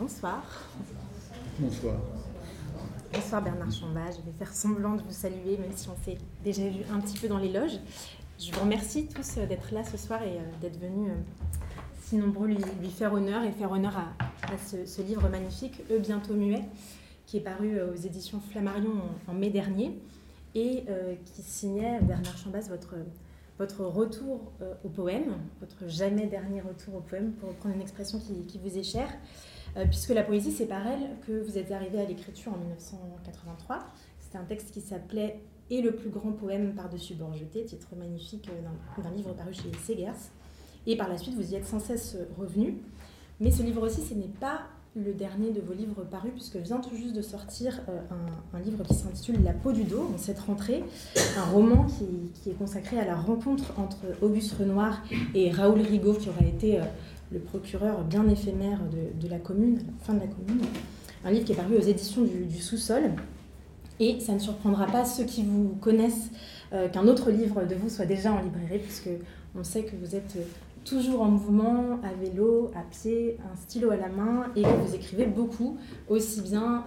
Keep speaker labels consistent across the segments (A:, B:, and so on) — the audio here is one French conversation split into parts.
A: Bonsoir.
B: Bonsoir.
A: Bonsoir Bernard Chambas, je vais faire semblant de vous saluer, même si on s'est déjà vu un petit peu dans les loges. Je vous remercie tous d'être là ce soir et d'être venus si nombreux lui faire honneur et faire honneur à ce livre magnifique, Eux bientôt muets, qui est paru aux éditions Flammarion en mai dernier et qui signait, Bernard Chambas, votre retour au poème, votre jamais dernier retour au poème, pour reprendre une expression qui vous est chère, puisque la poésie, c'est par elle que vous êtes arrivé à l'écriture en 1983. C'était un texte qui s'appelait « Et le plus grand poème par-dessus bord jeté », titre magnifique d'un livre paru chez Segers. Et par la suite, vous y êtes sans cesse revenu. Mais ce livre aussi, ce n'est pas le dernier de vos livres parus, puisque vient tout juste de sortir un livre qui s'intitule « La peau du dos » en cette rentrée, un roman qui est consacré à la rencontre entre Auguste Renoir et Raoul Rigaud, qui aura été le procureur bien éphémère de la Commune, à la fin de la Commune. Un livre qui est paru aux éditions du Sous-sol. Et ça ne surprendra pas ceux qui vous connaissent qu'un autre livre de vous soit déjà en librairie, puisque on sait que vous êtes toujours en mouvement, à vélo, à pied, un stylo à la main, et que vous écrivez beaucoup, aussi bien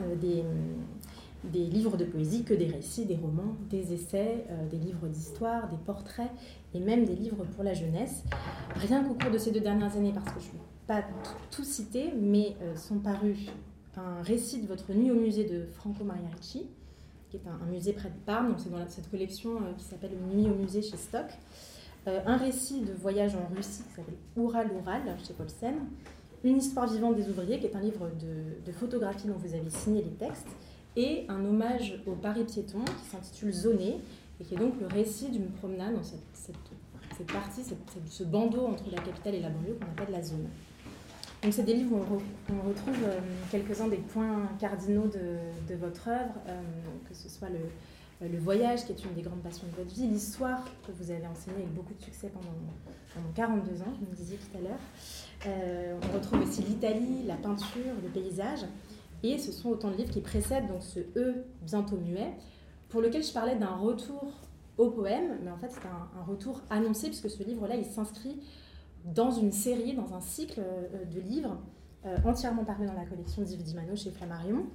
A: des livres de poésie que des récits, des romans, des essais, des livres d'histoire, des portraits, et même des livres pour la jeunesse. Rien qu'au cours de ces 2 dernières années, parce que je ne vais pas tout citer, mais sont parus un récit de votre nuit au musée de Franco Maria Ricci, qui est un musée près de Parme, donc c'est dans cette collection qui s'appelle Nuit au musée chez Stock. Un récit de voyage en Russie qui s'appelle Oural chez Paulsen. Une histoire vivante des ouvriers, qui est un livre de photographie dont vous avez signé les textes. Et un hommage au Paris piéton qui s'intitule Zoné, et qui est donc le récit d'une promenade dans cette partie, ce bandeau entre la capitale et la banlieue qu'on appelle la zone. Donc c'est des livres où on retrouve quelques-uns des points cardinaux de votre œuvre, que ce soit le voyage, qui est une des grandes passions de votre vie, l'histoire que vous avez enseignée avec beaucoup de succès pendant 42 ans, vous me disiez tout à l'heure. On retrouve aussi l'Italie, la peinture, le paysage. Et ce sont autant de livres qui précèdent donc ce « Eux bientôt muets », pour lequel je parlais d'un retour au poème, mais en fait c'est un retour annoncé, puisque ce livre-là, il s'inscrit dans une série, dans un cycle de livres entièrement parus dans la collection d'Yves Dimano chez Flammarion,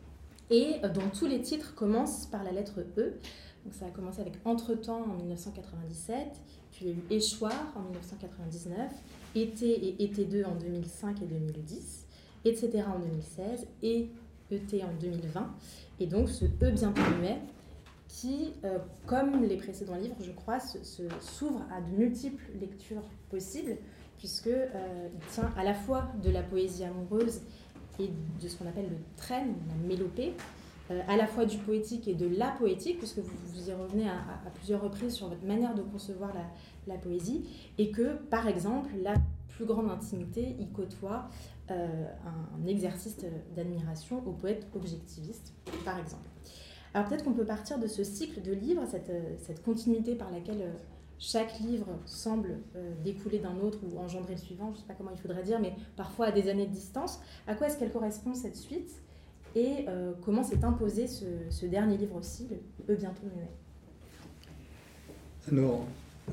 A: et dont tous les titres commencent par la lettre E. Donc ça a commencé avec Entretemps en 1997, puis il y a eu Échoir en 1999, Été et Été 2 en 2005 et 2010, etc. en 2016 et ET en 2020. Et donc ce E bientôt muet qui, comme les précédents livres, je crois, s'ouvre à de multiples lectures possibles, puisqu'il tient à la fois de la poésie amoureuse et de ce qu'on appelle le trème, la mélopée, à la fois du poétique et de la poétique, puisque vous y revenez à plusieurs reprises sur votre manière de concevoir la poésie, et que, par exemple, la plus grande intimité y côtoie un exercice d'admiration au poète objectiviste, par exemple. Alors peut-être qu'on peut partir de ce cycle de livres, cette continuité par laquelle chaque livre semble découler d'un autre ou engendrer le suivant, je ne sais pas comment il faudrait dire, mais parfois à des années de distance. À quoi est-ce qu'elle correspond, cette suite ? Et comment s'est imposé ce dernier livre aussi, Eux bientôt muets ?
B: Alors,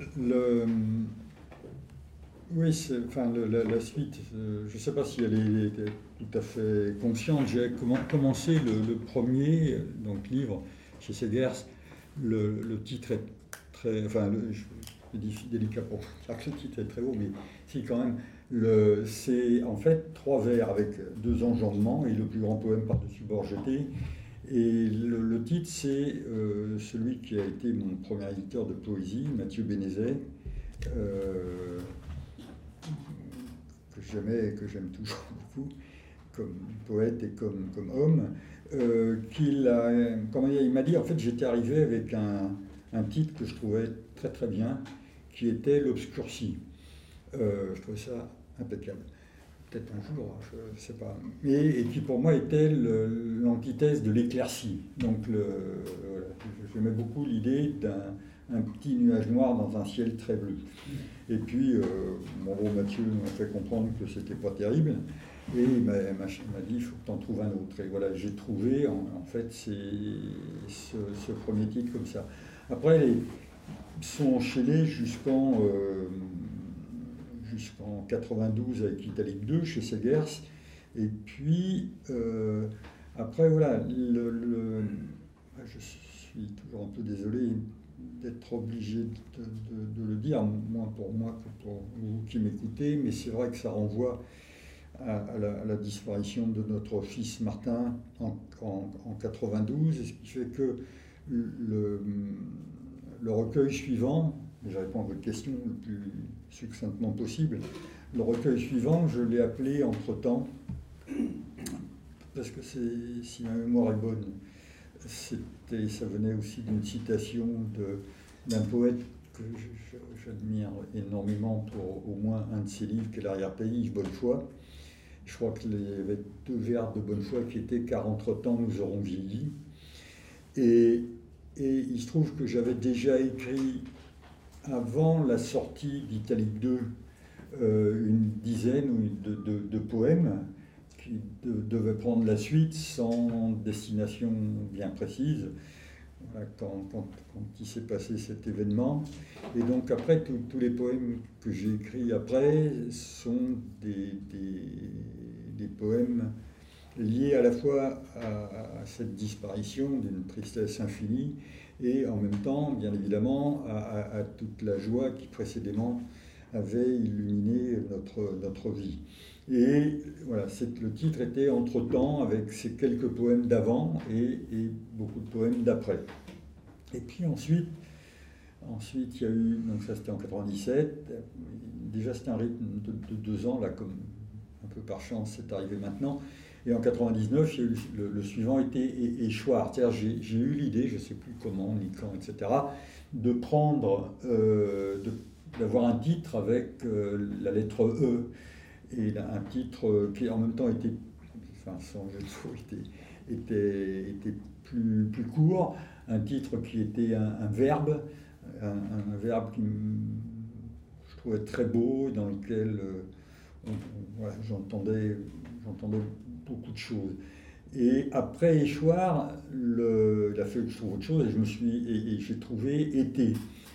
B: oui, la suite, je ne sais pas si elle est tout à fait consciente. J'ai commencé le premier donc, livre chez Segers. Le titre est très... c'est délicat pour dire que le titre est très haut, mais si quand même. C'est en fait 3 vers avec 2 enjambements et le plus grand poème par-dessus bord jeté. Et le titre, c'est celui qui a été mon premier éditeur de poésie, Mathieu Bénézet, que j'aime toujours beaucoup, comme poète et comme homme, il m'a dit, en fait, j'étais arrivé avec un titre que je trouvais très très bien, qui était L'Obscurci. Je trouvais ça impeccable. Peut-être un jour, je ne sais pas. Et qui pour moi était l'antithèse de l'éclaircie. Donc j'aimais beaucoup l'idée d'un petit nuage noir dans un ciel très bleu. Et puis, mon gros Mathieu m'a fait comprendre que c'était pas terrible. Et il m'a dit, il faut que tu en trouves un autre. Et voilà, j'ai trouvé, en fait, ce premier titre comme ça. Après, ils sont enchaînés jusqu'en 92 avec Italique 2 chez Segers. Et puis, après, voilà, je suis toujours un peu désolé d'être obligé de le dire, moins pour moi que pour vous qui m'écoutez, mais c'est vrai que ça renvoie à la disparition de notre fils Martin en 92, et ce qui fait que le recueil suivant, et je réponds à votre question le plus succinctement possible, le recueil suivant, je l'ai appelé Entre-temps, parce que si ma mémoire est bonne, ça venait aussi d'une citation d'un poète que j'admire énormément pour au moins un de ses livres, qui est L'arrière-pays, Yves Bonnefoy. Je crois qu'il y avait 2 vers de Bonnefoy qui étaient « Car entre-temps nous aurons vieilli ». Et il se trouve que j'avais déjà écrit, avant la sortie d'Italique 2, une dizaine de poèmes qui devaient prendre la suite sans destination bien précise, quand il s'est passé cet événement. Et donc après, tous les poèmes que j'ai écrits après sont des poèmes liés à la fois à cette disparition d'une tristesse infinie et en même temps, bien évidemment, à toute la joie qui précédemment avait illuminé notre vie. Et voilà, le titre était Entre-temps, avec ces quelques poèmes d'avant et beaucoup de poèmes d'après. Et puis ensuite, il y a eu, donc ça c'était en 97, déjà c'était un rythme de 2 ans, là, comme un peu par chance c'est arrivé maintenant. Et en 99, il y a eu le suivant était Échoir. C'est-à-dire, j'ai eu l'idée, je ne sais plus comment, ni quand, etc., de prendre, d'avoir un titre avec la lettre E, et un titre qui en même temps était, enfin sans jeu de mots, était plus court, un titre qui était un verbe, un verbe qui je trouvais très beau, dans lequel voilà, j'entendais beaucoup de choses. Et après Échoir, il a fallu que je trouve autre chose, et j'ai trouvé Été.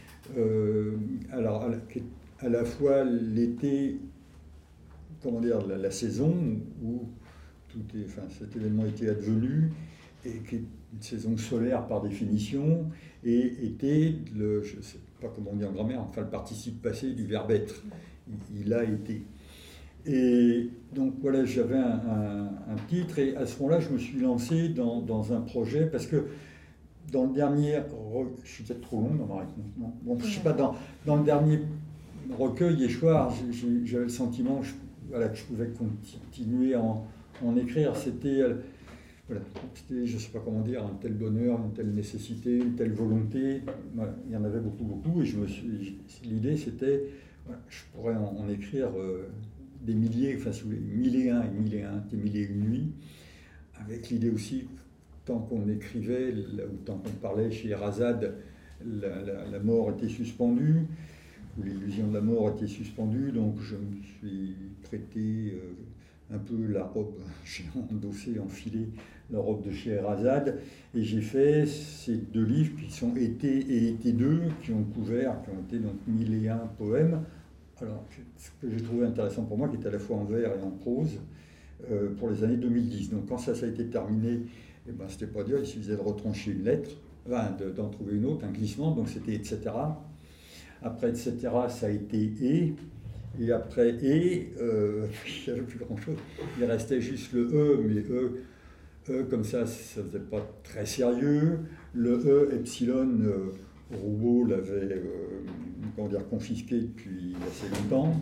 B: Alors, à la fois l'été, comment dire, la saison où cet événement était advenu, et qui est une saison solaire par définition, et été, je ne sais pas comment on dit en grammaire, enfin le participe passé du verbe être. Il a été. Et donc voilà, j'avais un titre, et à ce moment-là, je me suis lancé dans un projet, parce que dans le dernier... Je suis peut-être trop long dans ma réponse, non ? Bon, je ne sais pas, dans le dernier recueil, Échoir, j'avais le sentiment que je pouvais continuer à en écrire. C'était, je ne sais pas comment dire, un tel bonheur, une telle nécessité, une telle volonté. Voilà, il y en avait beaucoup, et l'idée c'était, je pourrais en écrire des milliers, enfin si vous voulez, 1001 des 1001 nuits, avec l'idée aussi, tant qu'on écrivait, ou tant qu'on parlait chez Sherazade, la mort était suspendue, ou l'illusion de la mort était suspendue, donc je me suis prêté un peu la robe, j'ai endossé, enfilé la robe de Sherazade, et j'ai fait ces 2 livres qui sont Été et Été 2, qui ont été donc 1001 poèmes. Alors, ce que j'ai trouvé intéressant pour moi, qui est à la fois en vers et en prose, pour les années 2010. Donc quand ça a été terminé, c'était pas dur, il suffisait de retrancher une lettre, d'en trouver une autre, un glissement, donc c'était etc. Après etc, ça a été et après il n'y avait plus grand-chose. Il restait juste le E, mais comme ça faisait pas très sérieux. Le E, epsilon, Roubaud l'avait confisqué depuis assez longtemps.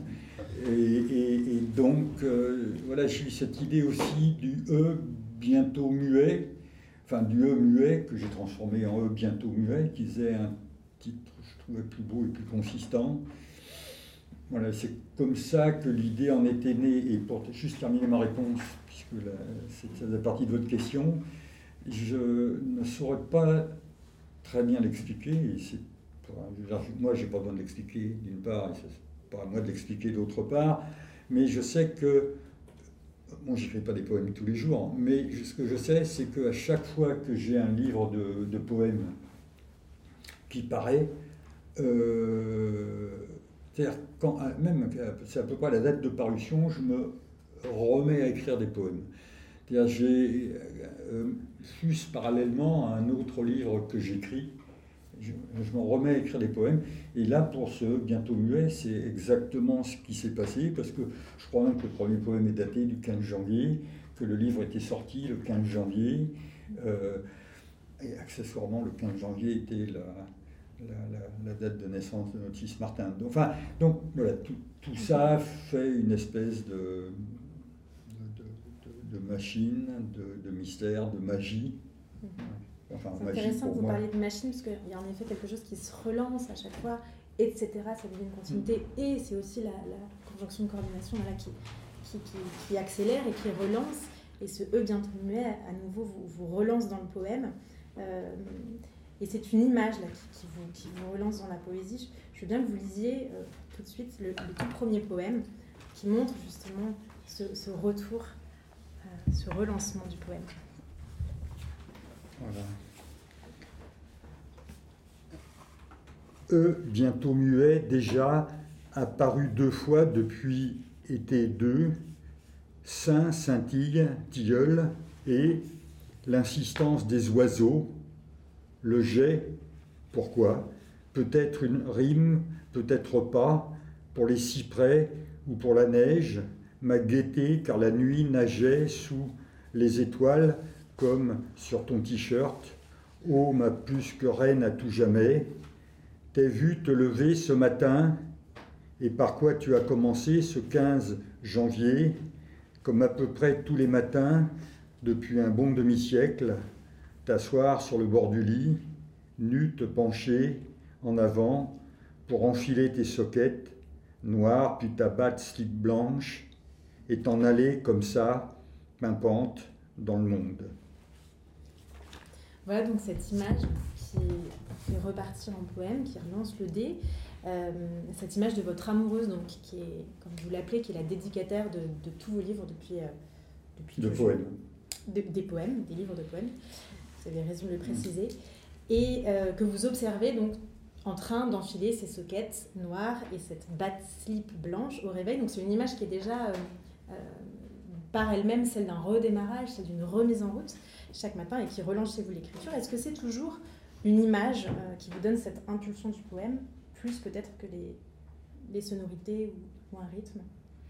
B: Et donc, voilà, j'ai eu cette idée aussi du E bientôt muet, enfin du E muet que j'ai transformé en E bientôt muet, qui faisait un titre, je trouvais, plus beau et plus consistant. Voilà, c'est comme ça que l'idée en était née. Et pour juste terminer ma réponse, puisque ça faisait partie de votre question, je ne saurais pas très bien l'expliquer. Moi, je n'ai pas besoin de l'expliquer, d'une part, et c'est pas à moi de l'expliquer d'autre part, mais je sais que, bon, je n'écris pas des poèmes tous les jours, mais ce que je sais, c'est qu'à chaque fois que j'ai un livre de poèmes qui paraît, c'est-à-dire même c'est à peu près la date de parution, je me remets à écrire des poèmes. C'est-à-dire, j'ai juste parallèlement à un autre livre que j'écris, je m'en remets à écrire des poèmes. Et là, pour ce Bientôt muet, c'est exactement ce qui s'est passé, parce que je crois même que le premier poème est daté du 15 janvier, que le livre était sorti le 15 janvier, et accessoirement, le 15 janvier était la date de naissance de notre fils Martin. Donc voilà, tout ça fait une espèce de machine, de mystère, de magie.
A: Enfin, c'est intéressant que vous parliez de machine, parce qu'il y a en effet quelque chose qui se relance à chaque fois, etc. Ça devient une continuité, et c'est aussi la conjonction de coordination voilà, qui accélère et qui relance. Et ce « bientôt muet », à nouveau, vous relance dans le poème. Et c'est une image là, qui vous relance dans la poésie. Je veux bien que vous lisiez tout de suite le tout premier poème qui montre justement ce retour, ce relancement du poème.
B: Voilà. Bientôt muet, déjà apparu 2 fois depuis été 2, Saint, scintille, tilleul, et l'insistance des oiseaux, le jet, pourquoi ? Peut-être une rime, peut-être pas, pour les cyprès ou pour la neige, m'a guetté car la nuit nageait sous les étoiles comme sur ton t-shirt. Ô ma plus que reine à tout jamais, t'ai vu te lever ce matin, et par quoi tu as commencé ce 15 janvier, comme à peu près tous les matins, depuis un bon demi-siècle, t'asseoir sur le bord du lit, nu te pencher en avant pour enfiler tes soquettes noires puis ta batte slip blanche et t'en aller comme ça, pimpante, dans le monde.
A: Voilà donc cette image qui fait repartir en poème, qui relance le dé. Cette image de votre amoureuse, donc, qui est, comme vous l'appelez, qui est la dédicataire de tous vos livres depuis
B: de poèmes.
A: Des poèmes, des livres de poèmes. Vous avez raison de le préciser. Et que vous observez donc en train d'enfiler ses soquettes noires et cette batte slip blanche au réveil. Donc c'est une image qui est déjà par elle-même celle d'un redémarrage, celle d'une remise en route chaque matin et qui relance chez vous l'écriture. Est-ce que c'est toujours une image qui vous donne cette impulsion du poème, plus peut-être que les sonorités ou un rythme ?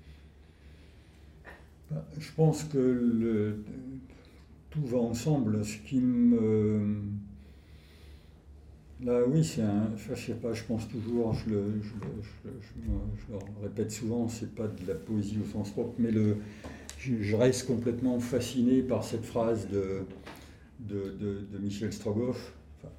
B: Je pense que tout va ensemble. Ce qui me... Là, oui, je sais pas, je pense toujours, je le répète souvent, c'est pas de la poésie au sens propre, mais je reste complètement fasciné par cette phrase de Michel Strogoff,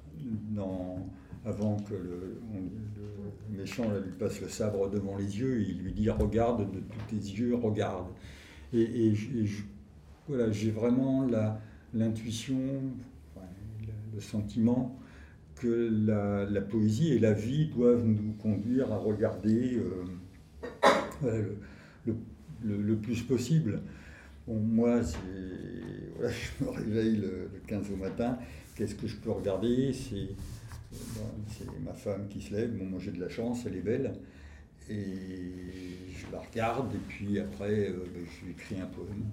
B: avant que le méchant lui passe le sabre devant les yeux, il lui dit « Regarde de tous tes yeux, regarde ». Et voilà, j'ai vraiment l'intuition, le sentiment que la poésie et la vie doivent nous conduire à regarder le plus possible. Bon, moi, je me réveille le 15 au matin, qu'est-ce que je peux regarder ? C'est ma femme qui se lève, bon, moi j'ai de la chance, elle est belle, et je la regarde, et puis après, je lui écris un poème.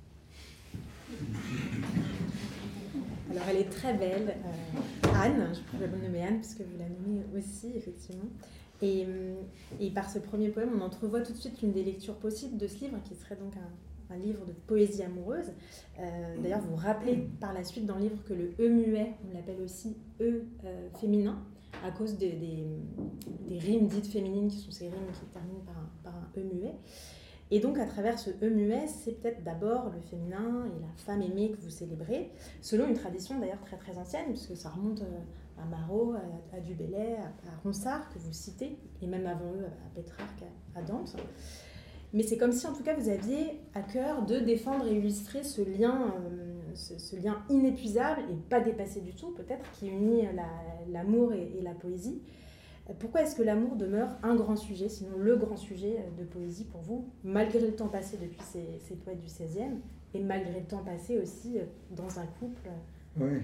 A: Alors elle est très belle, Anne, je peux la nommer Anne puisque vous la nommez aussi effectivement. Et par ce premier poème, on entrevoit tout de suite l'une des lectures possibles de ce livre, qui serait donc un livre de poésie amoureuse. D'ailleurs, vous rappelez par la suite dans le livre que le E muet, on l'appelle aussi E féminin, à cause des rimes dites féminines, qui sont ces rimes qui terminent par un E muet. Et donc, à travers ce E muet, c'est peut-être d'abord le féminin et la femme aimée que vous célébrez, selon une tradition d'ailleurs très très ancienne, puisque ça remonte à Marot, à Du Bellay, à Ronsard, que vous citez, et même avant eux, à Pétrarque, à Dante. Mais c'est comme si, en tout cas, vous aviez à cœur de défendre et illustrer ce lien inépuisable et pas dépassé du tout, peut-être, qui unit l'amour et la poésie. Pourquoi est-ce que l'amour demeure un grand sujet, sinon le grand sujet de poésie pour vous, malgré le temps passé depuis ces poètes du XVIe, et malgré le temps passé aussi dans un couple ?
B: Oui.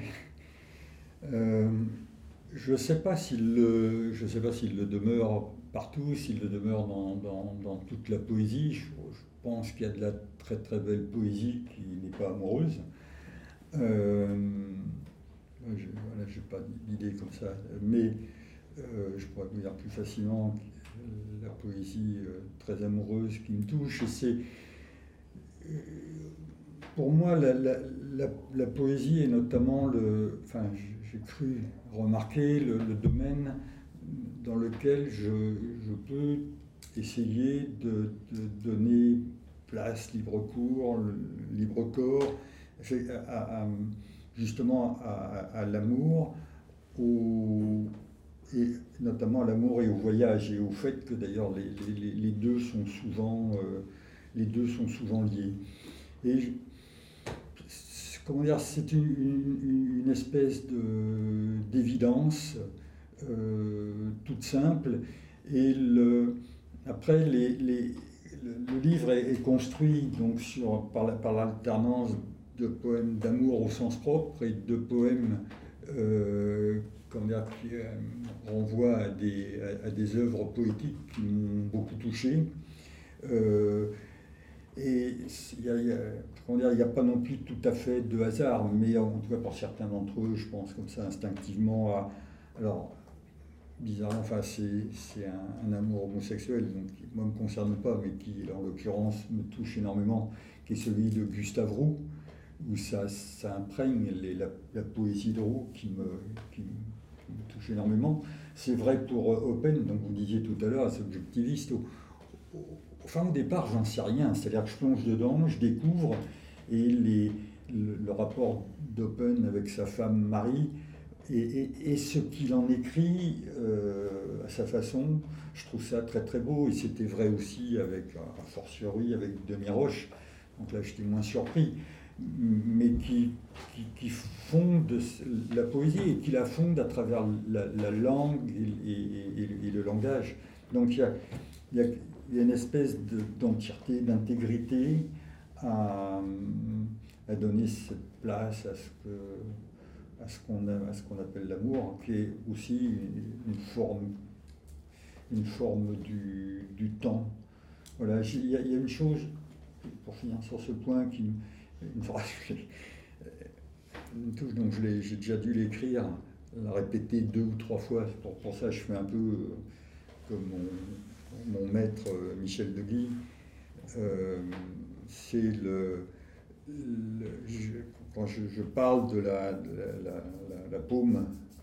B: Je ne sais pas s'il le demeure partout, s'il le demeure dans toute la poésie. pense qu'il y a de la très très belle poésie qui n'est pas amoureuse. Je n'ai pas d'idée comme ça, mais je pourrais vous dire plus facilement la poésie très amoureuse qui me touche. Et c'est, pour moi, la poésie est notamment j'ai cru remarquer le domaine dans lequel je peux essayer de donner place, libre cours, libre corps, justement à l'amour, et notamment à l'amour et au voyage, et au fait que d'ailleurs les deux sont souvent liés. Et comment dire, c'est une espèce d'évidence toute simple. Et après, le livre est construit donc par l'alternance de poèmes d'amour au sens propre et de poèmes qui renvoient à des œuvres poétiques qui m'ont beaucoup touché. Et il n'y a pas non plus tout à fait de hasard, mais en tout cas pour certains d'entre eux, je pense comme ça instinctivement à... Alors, bizarrement, c'est un amour homosexuel, donc qui moi ne me concerne pas, mais qui en l'occurrence me touche énormément, qui est celui de Gustave Roux, où ça imprègne la poésie de Roux qui me touche énormément. C'est vrai pour Open, donc vous disiez tout à l'heure, c'est objectiviste. Au départ, j'en sais rien, c'est-à-dire que je plonge dedans, je découvre, et le rapport d'Open avec sa femme Marie, et ce qu'il en écrit à sa façon, je trouve ça très très beau, et c'était vrai aussi a fortiori avec Demi-Roche, donc là j'étais moins surpris, mais qui fonde la poésie, et qui la fonde à travers la langue et le langage. Donc il y a une espèce d'entièreté, d'intégrité à donner cette place à ce qu'on appelle l'amour, qui est aussi une forme du temps. Voilà, il y a une chose, pour finir sur ce point, une phrase qui me touche, donc j'ai déjà dû l'écrire, la répéter 2 ou 3 fois, pour ça je fais un peu comme mon maître Michel Deguy. C'est quand je parle de la paume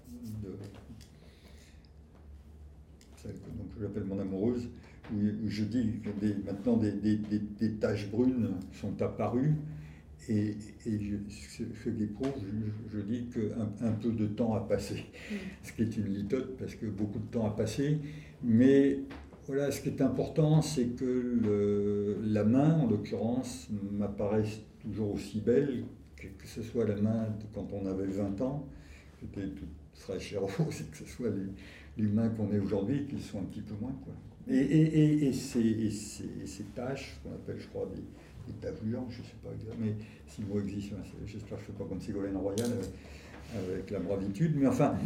B: celle que j'appelle mon amoureuse, où je dis que maintenant des taches brunes sont apparues, et ce qui prouve, je dis qu'un peu de temps a passé, ce qui est une litote parce que beaucoup de temps a passé, mais voilà, ce qui est important, c'est que la main, en l'occurrence, m'apparaisse toujours aussi belle, que ce soit la main quand on avait 20 ans, qui était toute fraîche et rose, et que ce soit les mains qu'on est aujourd'hui, qui sont un petit peu moins, quoi. Et ces taches, qu'on appelle, je crois, des tavures, je ne sais pas exactement, mais si le mot existe, j'espère que je ne fais pas comme Ségolène Royal avec la bravitude, mais enfin,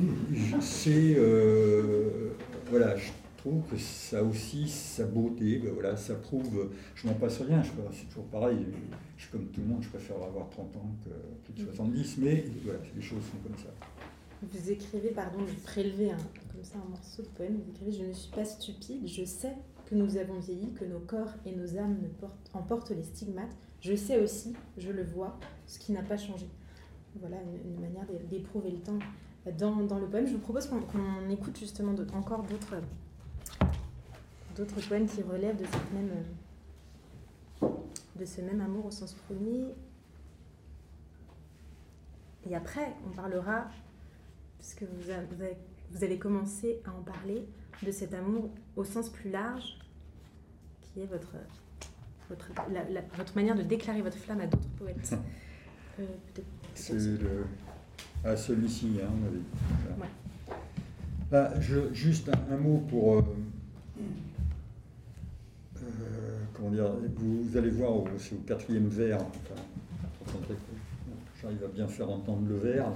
B: voilà, je trouve que ça aussi, sa beauté, voilà, ça prouve, je n'en passe rien, c'est toujours pareil, je suis comme tout le monde, je préfère avoir 30 ans que plus de 70, mais voilà, les choses sont comme ça.
A: Vous écrivez, vous prélevez comme ça un morceau de poème, vous écrivez « Je ne suis pas stupide, je sais que nous avons vieilli, que nos corps et nos âmes en portent les stigmates. Je sais aussi, je le vois, ce qui n'a pas changé. » Voilà une manière d'éprouver le temps dans le poème. Je vous propose qu'on écoute justement encore d'autres poèmes qui relèvent de ce même amour au sens premier. Et après, on parlera, puisque vous avez commencé à en parler, de cet amour au sens plus large, qui est votre manière de déclarer votre flamme à d'autres poètes.
B: C'est celui-ci, on avait dit. Ouais. Juste un mot pour... comment dire, vous allez voir, c'est au 4e vers, j'arrive à bien faire entendre le vers,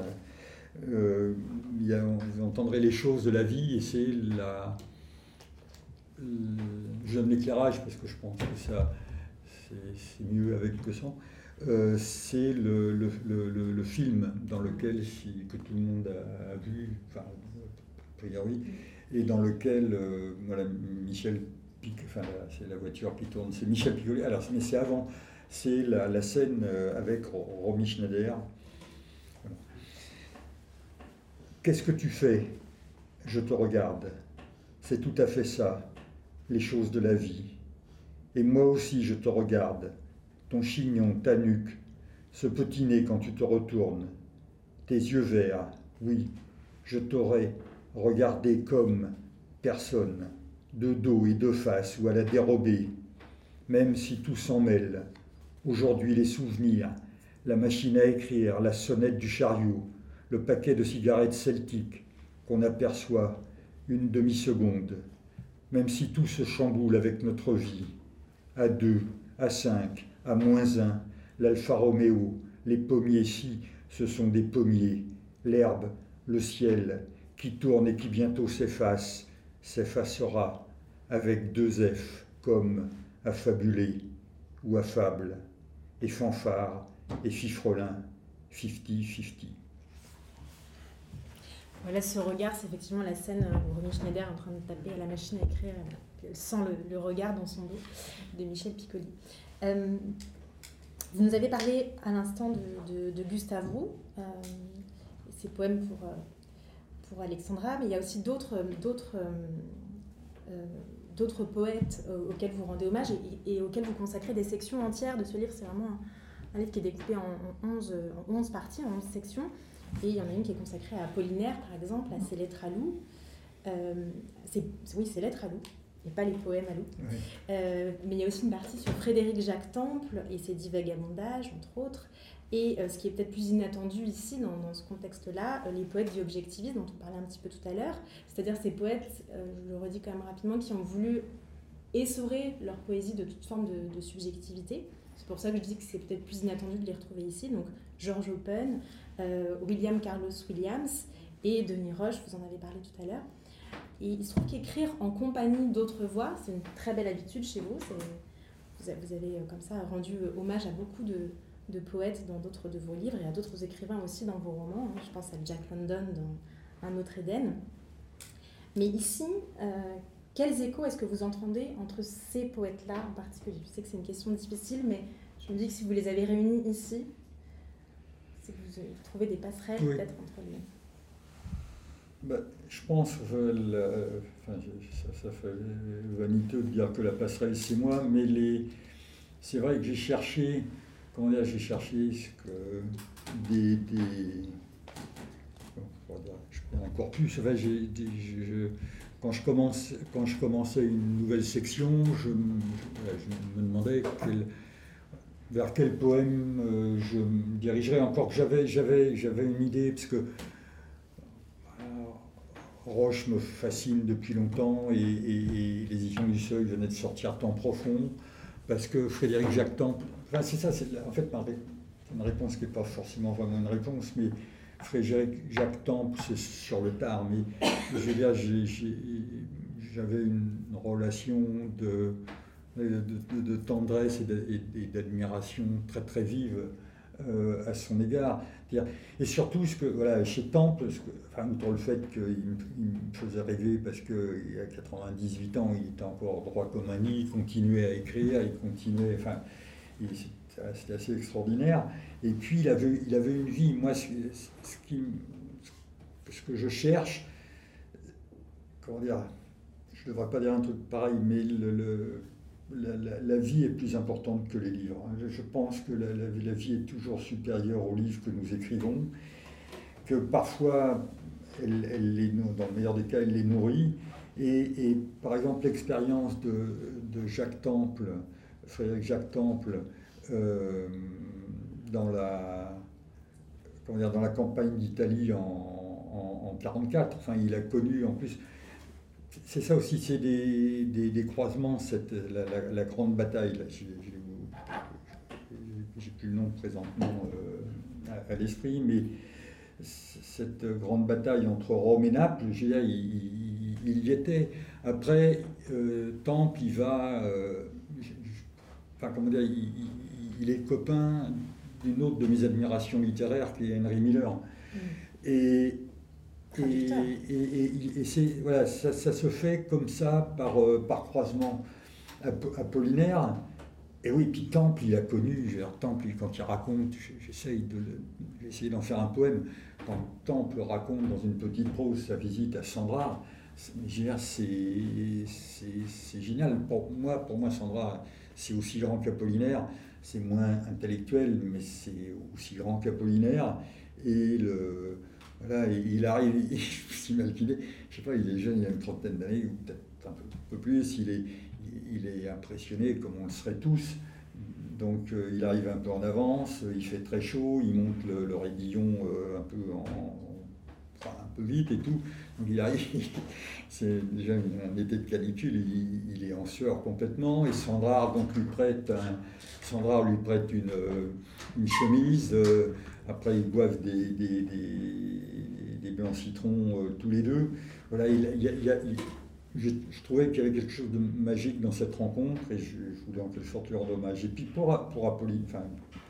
B: vous entendrez les choses de la vie, et c'est je donne l'éclairage parce que je pense que ça c'est mieux avec que sans. C'est le film dans lequel, que tout le monde a vu, enfin, a priori, et dans lequel voilà, Michel Piccoli, enfin c'est la voiture qui tourne, c'est Michel Piccoli, alors, mais c'est avant, c'est la scène avec Romy Schneider. Voilà. Qu'est-ce que tu fais ? Je te regarde. C'est tout à fait ça, les choses de la vie. Et moi aussi je te regarde. Ton chignon, ta nuque, ce petit nez quand tu te retournes, tes yeux verts, oui, je t'aurais regardé comme personne, de dos et de face ou à la dérobée, même si tout s'en mêle. Aujourd'hui les souvenirs, la machine à écrire, la sonnette du chariot, le paquet de cigarettes celtiques qu'on aperçoit une demi-seconde, même si tout se chamboule avec notre vie, à 2, à 5, à -1, l'Alfa Romeo, les pommiers, si ce sont des pommiers, l'herbe, le ciel, qui tourne et qui bientôt s'efface, s'effacera avec 2 F, comme affabulé ou affable, et fanfare et fifrelin, 50-50.
A: Voilà, ce regard, c'est effectivement la scène où Romy Schneider est en train de taper à la machine à écrire, elle sent le regard dans son dos de Michel Piccoli. Vous nous avez parlé à l'instant de Gustave Roux, ses poèmes pour Alexandra, mais il y a aussi d'autres poètes auxquels vous rendez hommage et auxquels vous consacrez des sections entières de ce livre. C'est vraiment un livre qui est découpé en 11 parties, en 11 sections. Et il y en a une qui est consacrée à Apollinaire, par exemple, à ses lettres à Loup. Oui, ses lettres à Loup, et pas les poèmes à Loup. Oui. Mais il y a aussi une partie sur Frédéric Jacques Temple et ses 10 vagabondages, entre autres. Et ce qui est peut-être plus inattendu ici, dans ce contexte-là, les poètes du objectivisme, dont on parlait un petit peu tout à l'heure, c'est-à-dire ces poètes, je le redis quand même rapidement, qui ont voulu essorer leur poésie de toute forme de subjectivité. C'est pour ça que je dis que c'est peut-être plus inattendu de les retrouver ici. Donc, George Open, William Carlos Williams et Denis Roche, vous en avez parlé tout à l'heure. Et il se trouve qu'écrire en compagnie d'autres voix, c'est une très belle habitude chez vous. Vous avez comme ça rendu hommage à beaucoup de poètes dans d'autres de vos livres et à d'autres écrivains aussi dans vos romans. Je pense à Jack London dans Un autre Éden. Mais ici, quels échos est-ce que vous entendez entre ces poètes-là en particulier ? Je sais que c'est une question difficile, mais je me dis que si vous les avez réunis ici, c'est que vous trouvez des passerelles peut-être entre les...
B: Je pense, ça fait vaniteux de dire que la passerelle c'est moi, mais c'est vrai que j'ai cherché, un corpus. Quand je commençais une nouvelle section, je me demandais vers quel poème je me dirigerais, encore que j'avais une idée, parce que Roche me fascine depuis longtemps et Les Éditions du Seuil venaient de sortir Temps profond, parce que Frédéric Jacques Temple, c'est ça, c'est en fait une réponse qui n'est pas forcément vraiment une réponse, mais Frédéric Jacques Temple, c'est sur le tard, mais je veux dire, j'avais une relation de tendresse et d'admiration très très vive à son égard. Et surtout, chez Temple, outre le fait qu'il me faisait rêver parce qu'il a 98 ans, il était encore droit comme un nid, il continuait à écrire, c'était assez extraordinaire. Et puis il avait une vie. Moi, ce que je cherche, je ne devrais pas dire un truc pareil, mais la vie est plus importante que les livres. Je pense que la vie est toujours supérieure aux livres que nous écrivons, que parfois, dans le meilleur des cas, elle les nourrit. Et par exemple, l'expérience de Jacques Temple, Frédéric Jacques Temple, dans la campagne d'Italie en 1944, il a connu en plus... C'est ça aussi, c'est des croisements, la grande bataille, là, j'ai plus le nom présentement à l'esprit, mais cette grande bataille entre Rome et Naples, il y était. Après, Temple, il va... enfin, comment dire, il est copain d'une autre de mes admirations littéraires, qui est Henry Miller. Et c'est, voilà, ça se fait comme ça, par croisement apollinaire. Et oui, puis Temple, il a connu, Temple, quand il raconte, j'ai essayé d'en faire un poème, quand Temple raconte dans une petite prose sa visite à Sandra, c'est génial. Pour moi, Sandra, c'est aussi grand qu'Apollinaire, c'est moins intellectuel, mais c'est aussi grand qu'Apollinaire. Et voilà, il arrive, je suis imaginé, je sais pas, il est jeune, il a une trentaine d'années, ou peut-être un peu plus, il est impressionné, comme on le serait tous. Donc il arrive un peu en avance, il fait très chaud, il monte le raidillon un peu vite et tout. Donc il arrive, c'est déjà un été de canicule, il est en sueur complètement. Et Sandra lui prête une chemise. Après ils boivent des blancs citrons tous les deux. Voilà, je trouvais qu'il y avait quelque chose de magique dans cette rencontre et je voulais en quelque sorte lui rendre hommage. Et puis pour Apolline, enfin,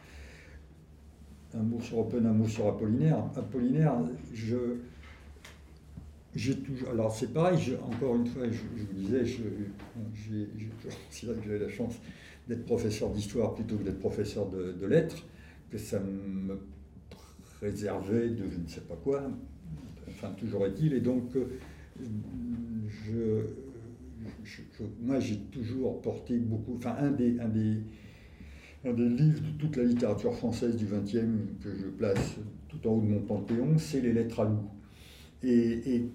B: un mot sur Open, un mot sur Apollinaire. Apollinaire, j'ai toujours. Alors c'est pareil, encore une fois, je vous disais, c'est vrai que j'avais la chance d'être professeur d'histoire plutôt que d'être professeur de lettres, que ça me préservait de je ne sais pas quoi. Enfin, toujours est-il. Et donc. Moi, j'ai toujours porté beaucoup. Enfin, un des livres de toute la littérature française du XXe que je place tout en haut de mon panthéon, c'est les Lettres à loup. Et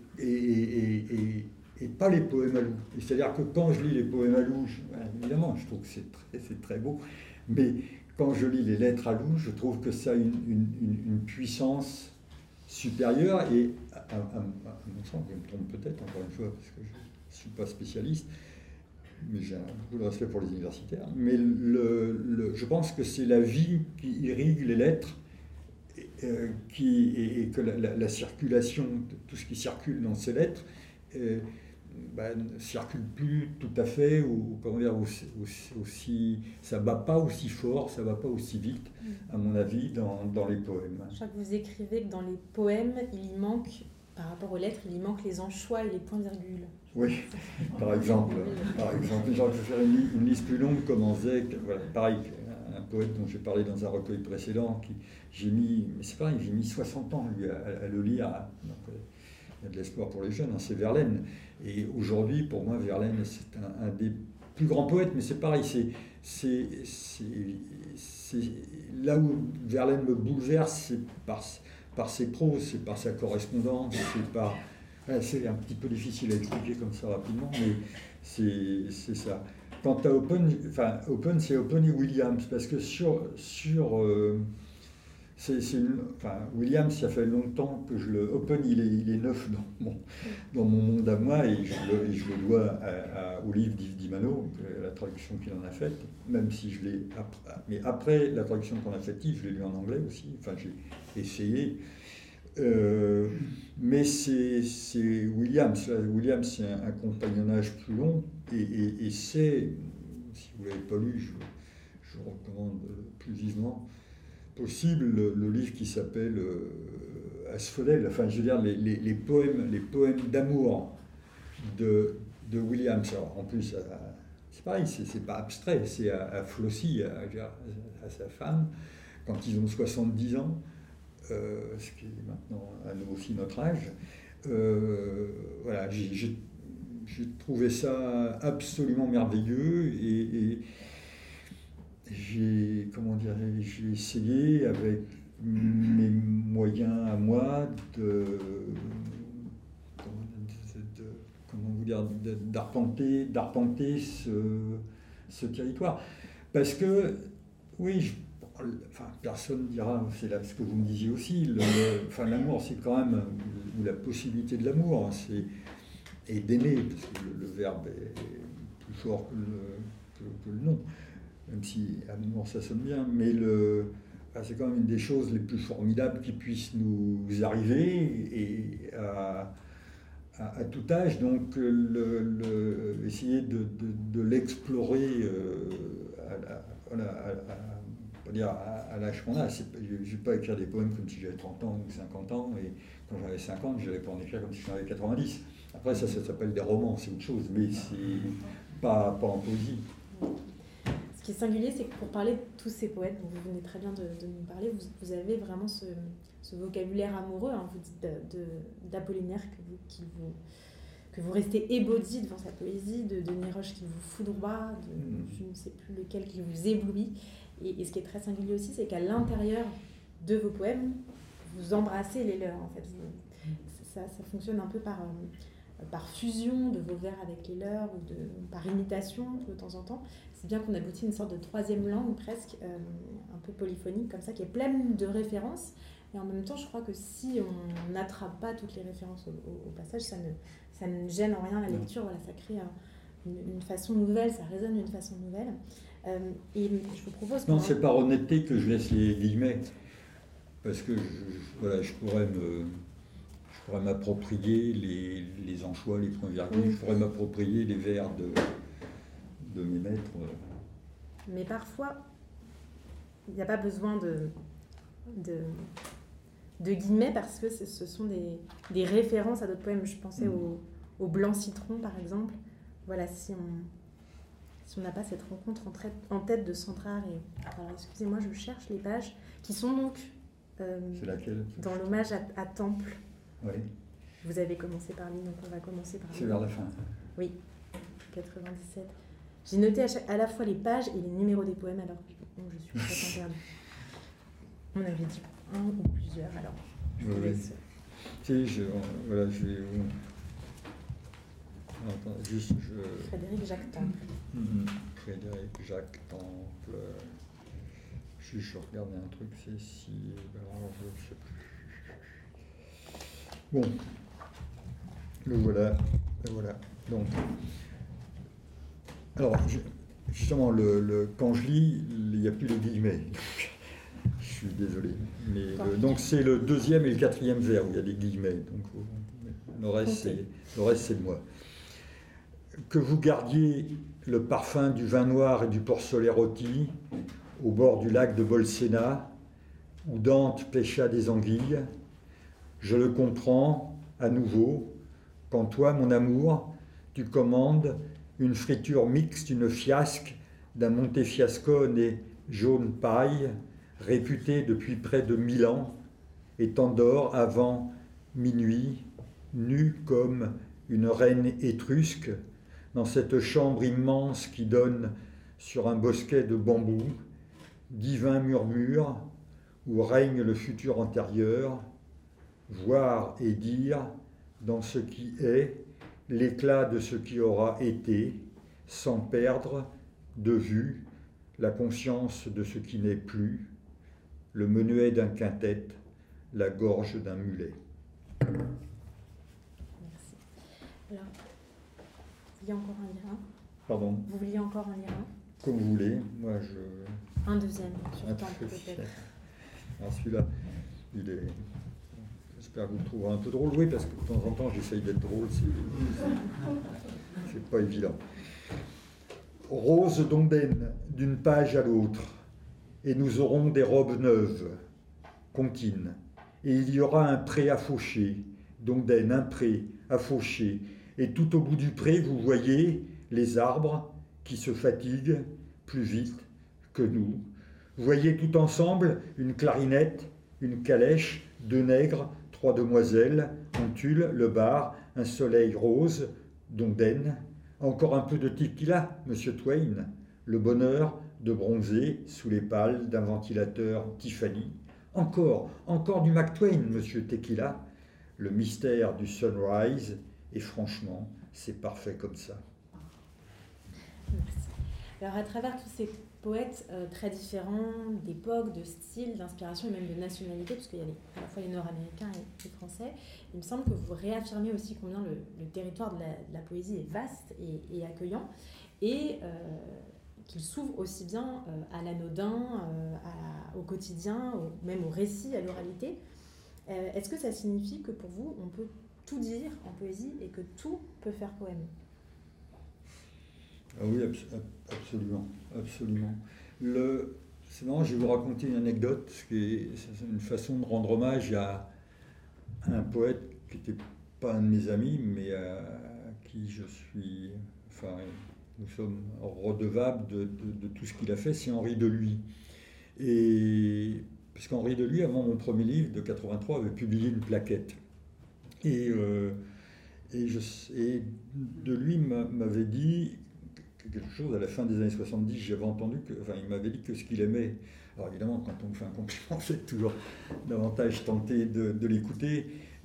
B: pas les poèmes à loup. C'est-à-dire que quand je lis les poèmes à loup, évidemment, je trouve que c'est très beau, mais quand je lis les Lettres à loup, je trouve que ça a une puissance supérieure et à mon sens, je me trompe peut-être encore une fois parce que je ne suis pas spécialiste, mais j'ai beaucoup de respect pour les universitaires, mais je pense que c'est la vie qui irrigue les lettres et que la circulation, tout ce qui circule dans ces lettres ne circule plus tout à fait, ou comment dire, aussi, ça ne va pas aussi fort, ça ne va pas aussi vite, à mon avis, dans les poèmes.
A: Je crois que vous écrivez que dans les poèmes, il y manque, par rapport aux lettres, il y manque les anchois et les points-virgules.
B: Oui, par exemple, genre, je vais faire une liste plus longue, comme en faisait, voilà, pareil, un poète dont j'ai parlé dans un recueil précédent, j'ai mis 60 ans lui, à le lire. Donc, il y a de l'espoir pour les jeunes, c'est Verlaine. Et aujourd'hui, pour moi, Verlaine, c'est un des plus grands poètes, mais c'est pareil, c'est là où Verlaine me bouleverse, c'est par ses proses, c'est par sa correspondance, c'est un petit peu difficile à expliquer comme ça rapidement, mais c'est ça. Quant à Open, c'est Open et Williams, parce que Williams, ça fait longtemps que Open, il est neuf dans mon monde à moi, et je le dois au livre d'Yves Dimano, la traduction qu'il en a faite, même si je l'ai. Mais après la traduction qu'on a faite, je l'ai lu en anglais aussi, enfin j'ai essayé. Mais c'est Williams. Williams, c'est un compagnonnage plus long, et c'est, si vous ne l'avez pas lu, je recommande plus vivement possible le livre qui s'appelle Asphodèle, enfin je veux dire les poèmes d'amour de Williams. Alors, en plus, c'est pareil, c'est pas abstrait, c'est à Flossie, à sa femme, quand ils ont 70 ans, ce qui est maintenant à nous aussi notre âge. Voilà, j'ai trouvé ça absolument merveilleux, et j'ai essayé avec mes moyens à moi d'arpenter ce territoire. Parce que, oui, personne ne dira, c'est là ce que vous me disiez aussi, l'amour, c'est quand même, ou la possibilité de l'amour, et d'aimer, parce que le verbe est plus fort que le nom. Même si amour ça sonne bien, mais c'est quand même une des choses les plus formidables qui puissent nous arriver, et à tout âge. Donc essayer de l'explorer à l'âge qu'on a. Je ne vais pas écrire des poèmes comme si j'avais 30 ans ou 50 ans, et quand j'avais 50, je n'allais pas en écrire comme si j'en avais 90. Après, ça s'appelle des romans, c'est autre chose, mais c'est pas en poésie.
A: Ce qui est singulier, c'est que pour parler de tous ces poètes dont vous venez très bien de nous parler, vous avez vraiment ce vocabulaire amoureux, hein, vous dites d'Apollinaire que vous restez ébaudi devant sa poésie, de Denis Roche qui vous foudroie, je ne sais plus lequel qui vous éblouit. Et ce qui est très singulier aussi, c'est qu'à l'intérieur de vos poèmes, vous embrassez les leurs, en fait. Ça fonctionne un peu par fusion de vos vers avec les leurs, ou par imitation de temps en temps. C'est bien qu'on aboutit à une sorte de troisième langue presque, un peu polyphonique comme ça, qui est pleine de références. Et en même temps, je crois que si on n'attrape pas toutes les références au passage, ça ne gêne en rien la lecture. Voilà, ça crée une façon nouvelle, ça résonne d'une façon nouvelle. Et je vous propose...
B: Non, c'est par honnêteté que je laisse les guillemets, parce que je pourrais m'approprier les anchois, les points virgules, je pourrais m'approprier les vers de mes maîtres.
A: Mais parfois, il n'y a pas besoin de guillemets, parce que ce sont des références à d'autres poèmes. Je pensais au Blanc Citron, par exemple. Voilà, si on n'a pas cette rencontre en tête de Centrare alors, excusez-moi, je cherche les pages qui sont donc
B: c'est laquelle
A: dans l'hommage à Temple.
B: Oui.
A: Vous avez commencé par lui, donc on va commencer par lui.
B: C'est vers la fin.
A: Oui, 97. J'ai noté à la fois les pages et les numéros des poèmes, alors je suis très perdue. On avait dit un ou plusieurs, alors je vous laisse. Frédéric Jacques Temple.
B: Frédéric Jacques Temple. Je regardais un truc, c'est si... Alors, je ne sais plus. Bon. Le voilà. Donc, alors, justement, quand je lis, il n'y a plus les guillemets. Je suis désolé. Mais donc, c'est le deuxième et le quatrième vers où il y a des guillemets. Donc, le reste, c'est de moi. Que vous gardiez le parfum du vin noir et du porcelet rôti au bord du lac de Bolsena, où Dante pêcha des anguilles, je le comprends à nouveau, quand toi, mon amour, tu commandes une friture mixte, une fiasque d'un Montefiascone et jaune paille, réputé depuis près de 1000 ans, et t'endors avant minuit, nu comme une reine étrusque, dans cette chambre immense qui donne sur un bosquet de bambou, divin murmure, où règne le futur antérieur, voir et dire, dans ce qui est, l'éclat de ce qui aura été, sans perdre de vue la conscience de ce qui n'est plus, le menuet d'un quintet, la gorge d'un mulet.
A: Merci. Alors, vous vouliez encore en lire un ?
B: Pardon ?
A: Vous vouliez encore en lire un ?
B: Comme vous voulez, moi je...
A: Un deuxième, sur Temple peut-être.
B: Alors celui-là, il est... J'espère que vous le trouverez un peu drôle. Oui, parce que de temps en temps, j'essaye d'être drôle, c'est pas évident. Rose d'ondaine, d'une page à l'autre, et nous aurons des robes neuves, contines, et il y aura un pré à faucher, d'ondaine, un pré à faucher, et tout au bout du pré, vous voyez les arbres qui se fatiguent plus vite que nous. Vous voyez tout ensemble une clarinette, une calèche, 2 nègres, 3 demoiselles, un tulle, le bar, un soleil rose, d'ondaine, encore un peu de tequila, monsieur Twain, le bonheur de bronzer sous les pales d'un ventilateur Tiffany, encore du Mark Twain, monsieur Tequila, le mystère du sunrise, et franchement, c'est parfait comme ça.
A: Merci. Alors à travers tous ces poètes très différents d'époque, de style, d'inspiration et même de nationalité, parce qu'il y a à la fois les Nord-Américains et les Français, il me semble que vous réaffirmez aussi combien le territoire de la poésie est vaste et accueillant, et qu'il s'ouvre aussi bien à l'anodin, au quotidien, même au récit, à l'oralité. Est-ce que ça signifie que pour vous, on peut tout dire en poésie et que tout peut faire poème ?
B: Ah oui, absolument, absolument. C'est marrant, je vais vous raconter une anecdote, c'est une façon de rendre hommage à un poète qui n'était pas un de mes amis, mais à qui je suis, enfin, nous sommes redevables de tout ce qu'il a fait, c'est Henri Deluy. Et parce qu'Henri Deluy, avant mon premier livre de 83, avait publié une plaquette. Et Deluy m'avait dit quelque chose à la fin des années 70, j'avais entendu il m'avait dit que ce qu'il aimait, alors évidemment quand on me fait un compliment c'est toujours davantage tenté de l'écouter,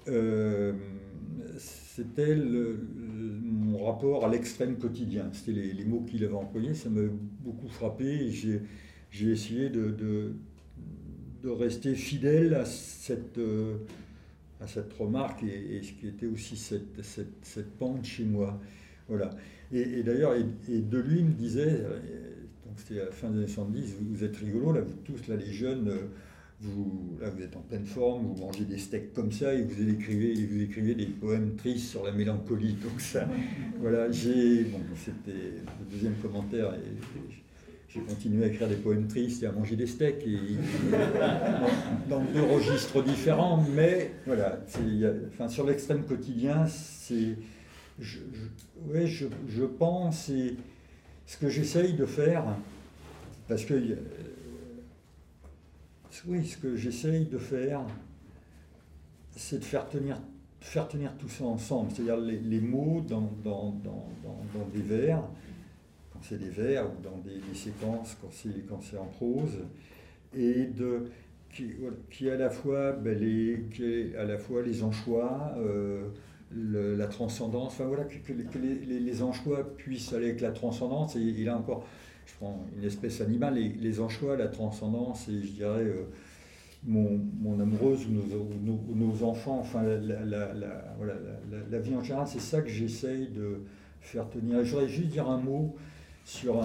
B: c'était mon rapport à l'extrême quotidien, c'était les mots qu'il avait employés, ça m'a beaucoup frappé et j'ai essayé de rester fidèle à cette remarque et ce qui était aussi cette pente chez moi. Voilà. Et d'ailleurs, Deluy me disait, donc c'était à la fin des années 70, vous êtes rigolos, là, vous tous, là, les jeunes, vous êtes en pleine forme, vous mangez des steaks comme ça et vous écrivez des poèmes tristes sur la mélancolie. Donc ça, voilà, c'était le deuxième commentaire. J'ai continué à écrire des poèmes tristes et à manger des steaks, dans deux registres différents, mais voilà, sur l'extrême quotidien, je pense, et ce que j'essaye de faire, parce que, ce que j'essaye de faire, c'est de faire tenir tout ça ensemble, c'est-à-dire les mots dans des vers, quand c'est des vers ou dans des séquences quand c'est en prose, et qui est à la fois les anchois, la transcendance, enfin voilà, que les anchois puissent aller avec la transcendance, et là encore je prends une espèce animale, les anchois, la transcendance, et je dirais mon amoureuse ou nos enfants, enfin la vie en général, c'est ça que j'essaye de faire tenir. Je voudrais juste dire un mot sur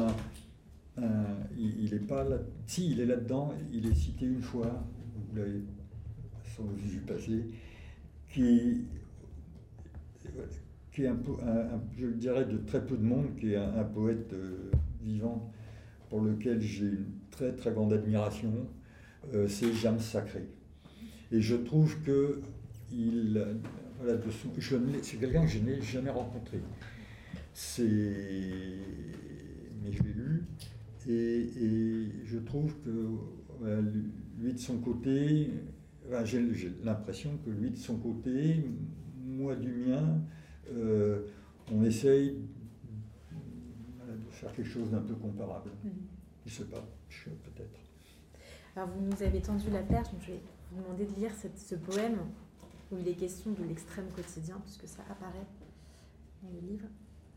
B: il est pas là, si il est là-dedans, il est cité une fois, vous l'avez sans doute vu passer, qui est je le dirais de très peu de monde, qui est un poète vivant pour lequel j'ai une très très grande admiration, c'est James Sacré. Et je trouve que c'est quelqu'un que je n'ai jamais rencontré. Mais je l'ai lu, et je trouve que lui de son côté, j'ai l'impression que lui de son côté, moi du mien, on essaye de faire quelque chose d'un peu comparable. Je ne sais pas, peut-être.
A: Alors vous nous avez tendu la perche, donc je vais vous demander de lire ce poème où il est question de l'extrême quotidien, puisque ça apparaît dans le livre.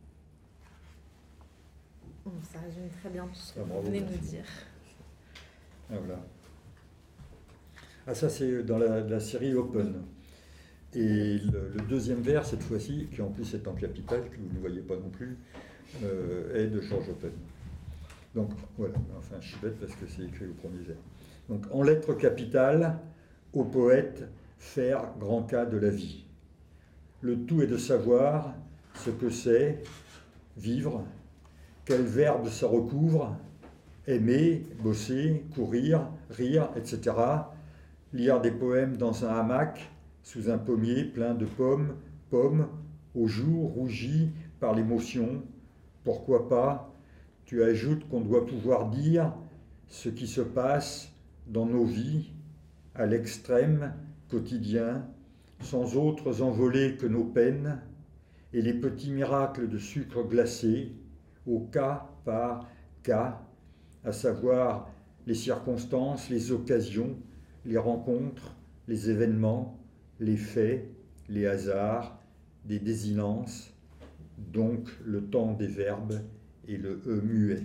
A: Ça résume très bien tout ce que vous venez de nous dire.
B: Ah voilà. Ah ça c'est dans la série Open. Et le deuxième vers cette fois-ci, qui en plus est en capitale, que vous ne voyez pas non plus, est de George Open. Donc voilà, enfin je suis bête parce que c'est écrit au premier vers. Donc en lettres capitales, au poète, faire grand cas de la vie. Le tout est de savoir ce que c'est vivre, quel verbe ça recouvre, aimer, bosser, courir, rire, etc. Lire des poèmes dans un hamac, sous un pommier plein de pommes, aux joues rougies par l'émotion. Pourquoi pas, tu ajoutes qu'on doit pouvoir dire ce qui se passe dans nos vies, à l'extrême quotidien, sans autres envolées que nos peines, et les petits miracles de sucre glacé, au cas par cas, à savoir les circonstances, les occasions, les rencontres, les événements, les faits, les hasards, des désinences, donc le temps des verbes et le E muet.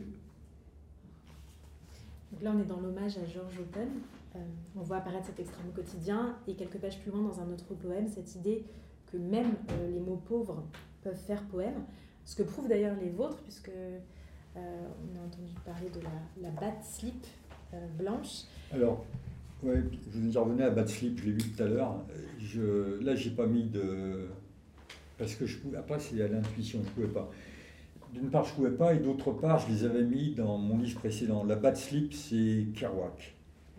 A: Donc là, on est dans l'hommage à George Open. On voit apparaître cet extrême quotidien, et quelques pages plus loin, dans un autre poème, cette idée que même les mots pauvres peuvent faire poème. Ce que prouvent d'ailleurs les vôtres, puisque on a entendu parler de la bat slip blanche.
B: Alors, ouais, vous y revenez à bat slip, je l'ai vu tout à l'heure. Là, j'ai pas mis de... Parce que après, c'est à l'intuition, je ne pouvais pas. d'une part, je ne pouvais pas, et d'autre part, je les avais mis dans mon livre précédent. La Bad Sleep, c'est Kerouac.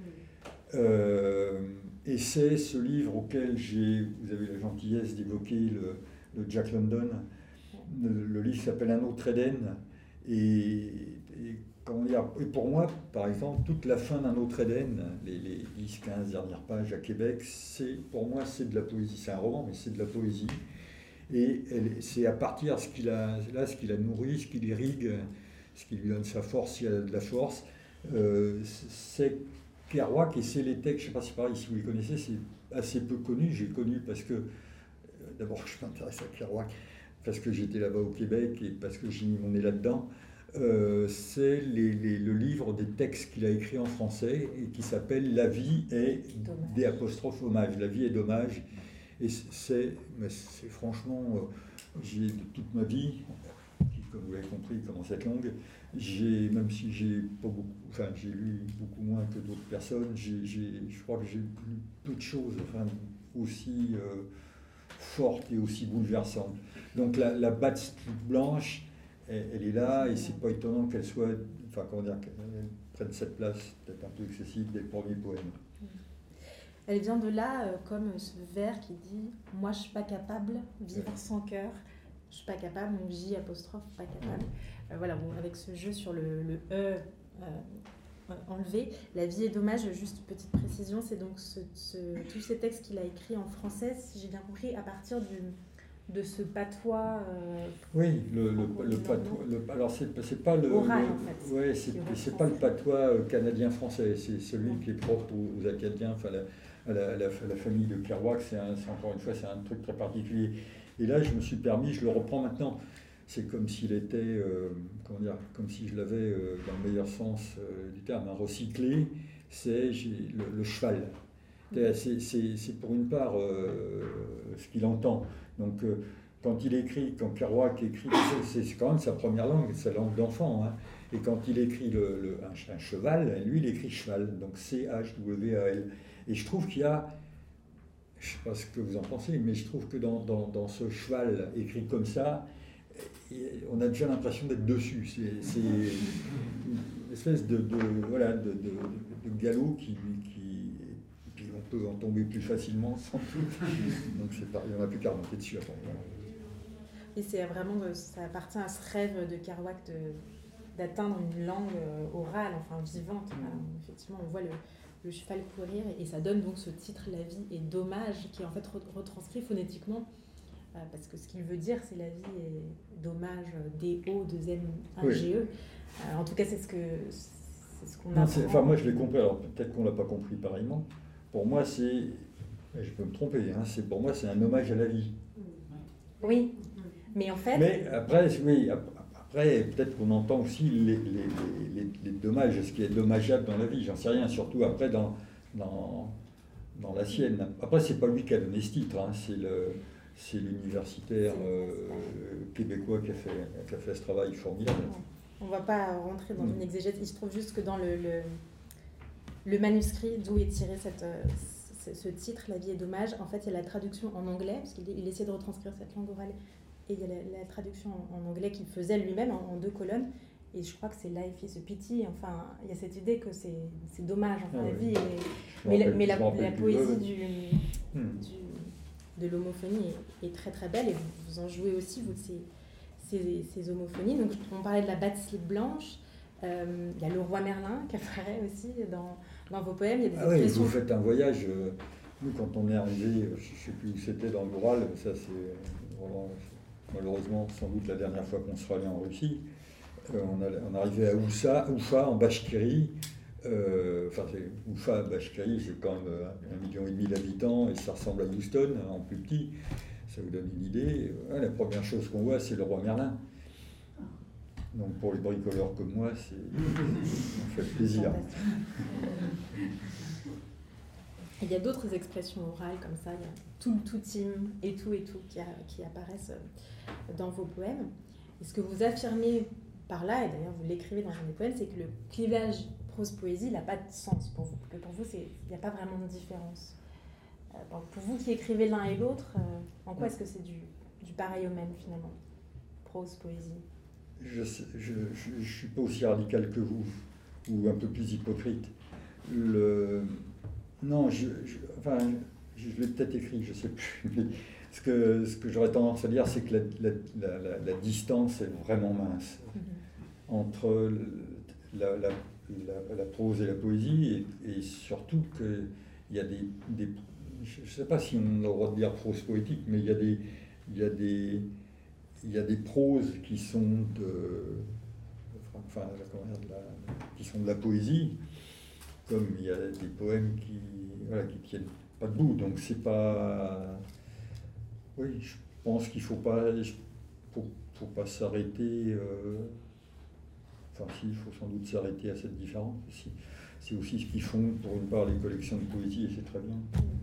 B: Et c'est ce livre auquel vous avez la gentillesse d'évoquer le Jack London. Le livre s'appelle Un autre Éden. Et pour moi, par exemple, toute la fin d'Un autre Éden, les 10-15 dernières pages à Québec, pour moi, c'est de la poésie. C'est un roman, mais c'est de la poésie. Et c'est à partir de ce qu'il a nourri, ce qu'il irrigue, ce qui lui donne sa force, s'il a de la force. C'est Kerouac, et c'est les textes, je ne sais pas si pareil, si vous les connaissez, c'est assez peu connu. J'ai connu parce que, d'abord, je m'intéresse à Kerouac, parce que j'étais là-bas au Québec et parce que j'ai mis mon nez là-dedans. C'est le livre des textes qu'il a écrit en français et qui s'appelle La vie est des apostrophes hommages. La vie est dommage. Et c'est franchement, j'ai de toute ma vie, qui, comme vous l'avez compris, commence à être longue, même si j'ai lu beaucoup moins que d'autres personnes, je crois que j'ai lu peu de choses aussi fortes et aussi bouleversantes. Donc la batte blanche, elle est là, et c'est pas étonnant qu'elle soit, qu'elle prenne cette place, peut-être un peu excessive, des premiers poèmes.
A: Elle vient de là, comme ce vers qui dit « Moi, je suis pas capable, vivre sans cœur, je suis pas capable, donc J apostrophe, pas capable ». Voilà, bon, avec ce jeu sur le E enlevé. La vie est dommage, juste petite précision, c'est donc tous ces textes qu'il a écrits en français, si j'ai bien compris, à partir de ce patois.
B: Oui, le patois. Alors c'est pas le
A: oral en fait.
B: Ouais, c'est pas le patois canadien-français, c'est celui qui est propre aux Acadiens, à la famille de Kerouac. C'est encore une fois, c'est un truc très particulier. Et là, je me suis permis, je le reprends maintenant. C'est comme s'il était, comme si je l'avais, dans le meilleur sens du terme, recyclé. C'est le cheval. C'est pour une part ce qu'il entend. Donc, quand Kerouac écrit, c'est quand même sa première langue, sa langue d'enfant. Hein. Et quand il écrit un cheval, lui, il écrit cheval, donc C-H-W-A-L. Et je trouve qu'il y a, je ne sais pas ce que vous en pensez, mais je trouve que dans ce cheval écrit comme ça, on a déjà l'impression d'être dessus. C'est une espèce de galop qui on peut en tomber plus facilement sans doute. Donc il n'y en a plus qu'à remonter dessus après. Voilà.
A: Et c'est vraiment, ça appartient à ce rêve de Kerouac d'atteindre une langue orale, enfin vivante. Effectivement, on voit le cheval courir et ça donne donc ce titre « La vie est dommage » qui est en fait retranscrit phonétiquement. Parce que ce qu'il veut dire, c'est la vie est dommage, D-O-2-M-1-G-E. En tout cas, c'est ce qu'on apprend.
B: Moi, je l'ai compris. Alors, peut-être qu'on ne l'a pas compris pareillement. Pour moi, je peux me tromper, hein, pour moi, c'est un hommage à la vie.
A: Oui, mais en fait...
B: Mais après, peut-être qu'on entend aussi les dommages, ce qui est dommageable dans la vie. J'en sais rien, surtout après dans la sienne. Après, c'est pas lui qui a donné ce titre, hein, c'est l'universitaire québécois qui a fait ce travail formidable.
A: On ne va pas rentrer dans une exégèse. Il se trouve juste que dans le manuscrit d'où est tiré ce titre, « La vie est dommage », en fait, il y a la traduction en anglais, parce qu'il essaie de retranscrire cette langue orale, et il y a la traduction en anglais qu'il faisait lui-même en 2 colonnes. Et je crois que c'est « Life is a pity ». Enfin, il y a cette idée que c'est dommage, enfin, la vie est... Mais la poésie de l'homophonie est très très belle, et vous en jouez aussi, vous, ces homophonies. Donc on parlait de la batte slip blanche, il y a le roi Merlin qui apparaît aussi dans vos poèmes. Il y a des expressions...
B: Oui, vous faites un voyage, nous quand on est arrivé, je ne sais plus où c'était dans l'Oural, ça c'est malheureusement sans doute la dernière fois qu'on sera allé en Russie, on arrivait à Oufa en Bachkirie. Oufa, Bachkirie, c'est quand même 1,5 million d'habitants et ça ressemble à Houston en plus petit. Ça vous donne une idée. La première chose qu'on voit, c'est le roi Merlin. Donc pour les bricoleurs comme moi, ça fait plaisir.
A: Il y a d'autres expressions orales comme ça, il y a tout team et tout qui apparaissent dans vos poèmes. Et ce que vous affirmez par là, et d'ailleurs vous l'écrivez dans un des poèmes, c'est que le clivage prose-poésie n'a pas de sens pour vous. Que pour vous, il n'y a pas vraiment de différence. Pour vous qui écrivez l'un et l'autre, en quoi est-ce que c'est du pareil au même finalement, prose-poésie?
B: je ne suis pas aussi radical que vous, ou un peu plus hypocrite. Non, enfin, je l'ai peut-être écrit, je ne sais plus. Mais ce que j'aurais tendance à dire, c'est que la distance est vraiment mince entre la prose et la poésie, et surtout qu'il y a je ne sais pas si on a le droit de dire prose poétique, mais il y a des proses qui sont qui sont de la poésie, comme il y a des poèmes qui tiennent pas debout. Donc c'est pas... Oui, je pense qu'il faut pas s'arrêter... Enfin si, il faut sans doute s'arrêter à cette différence aussi. C'est aussi ce qu'ils font pour une part les collections de poésie, et c'est très bien.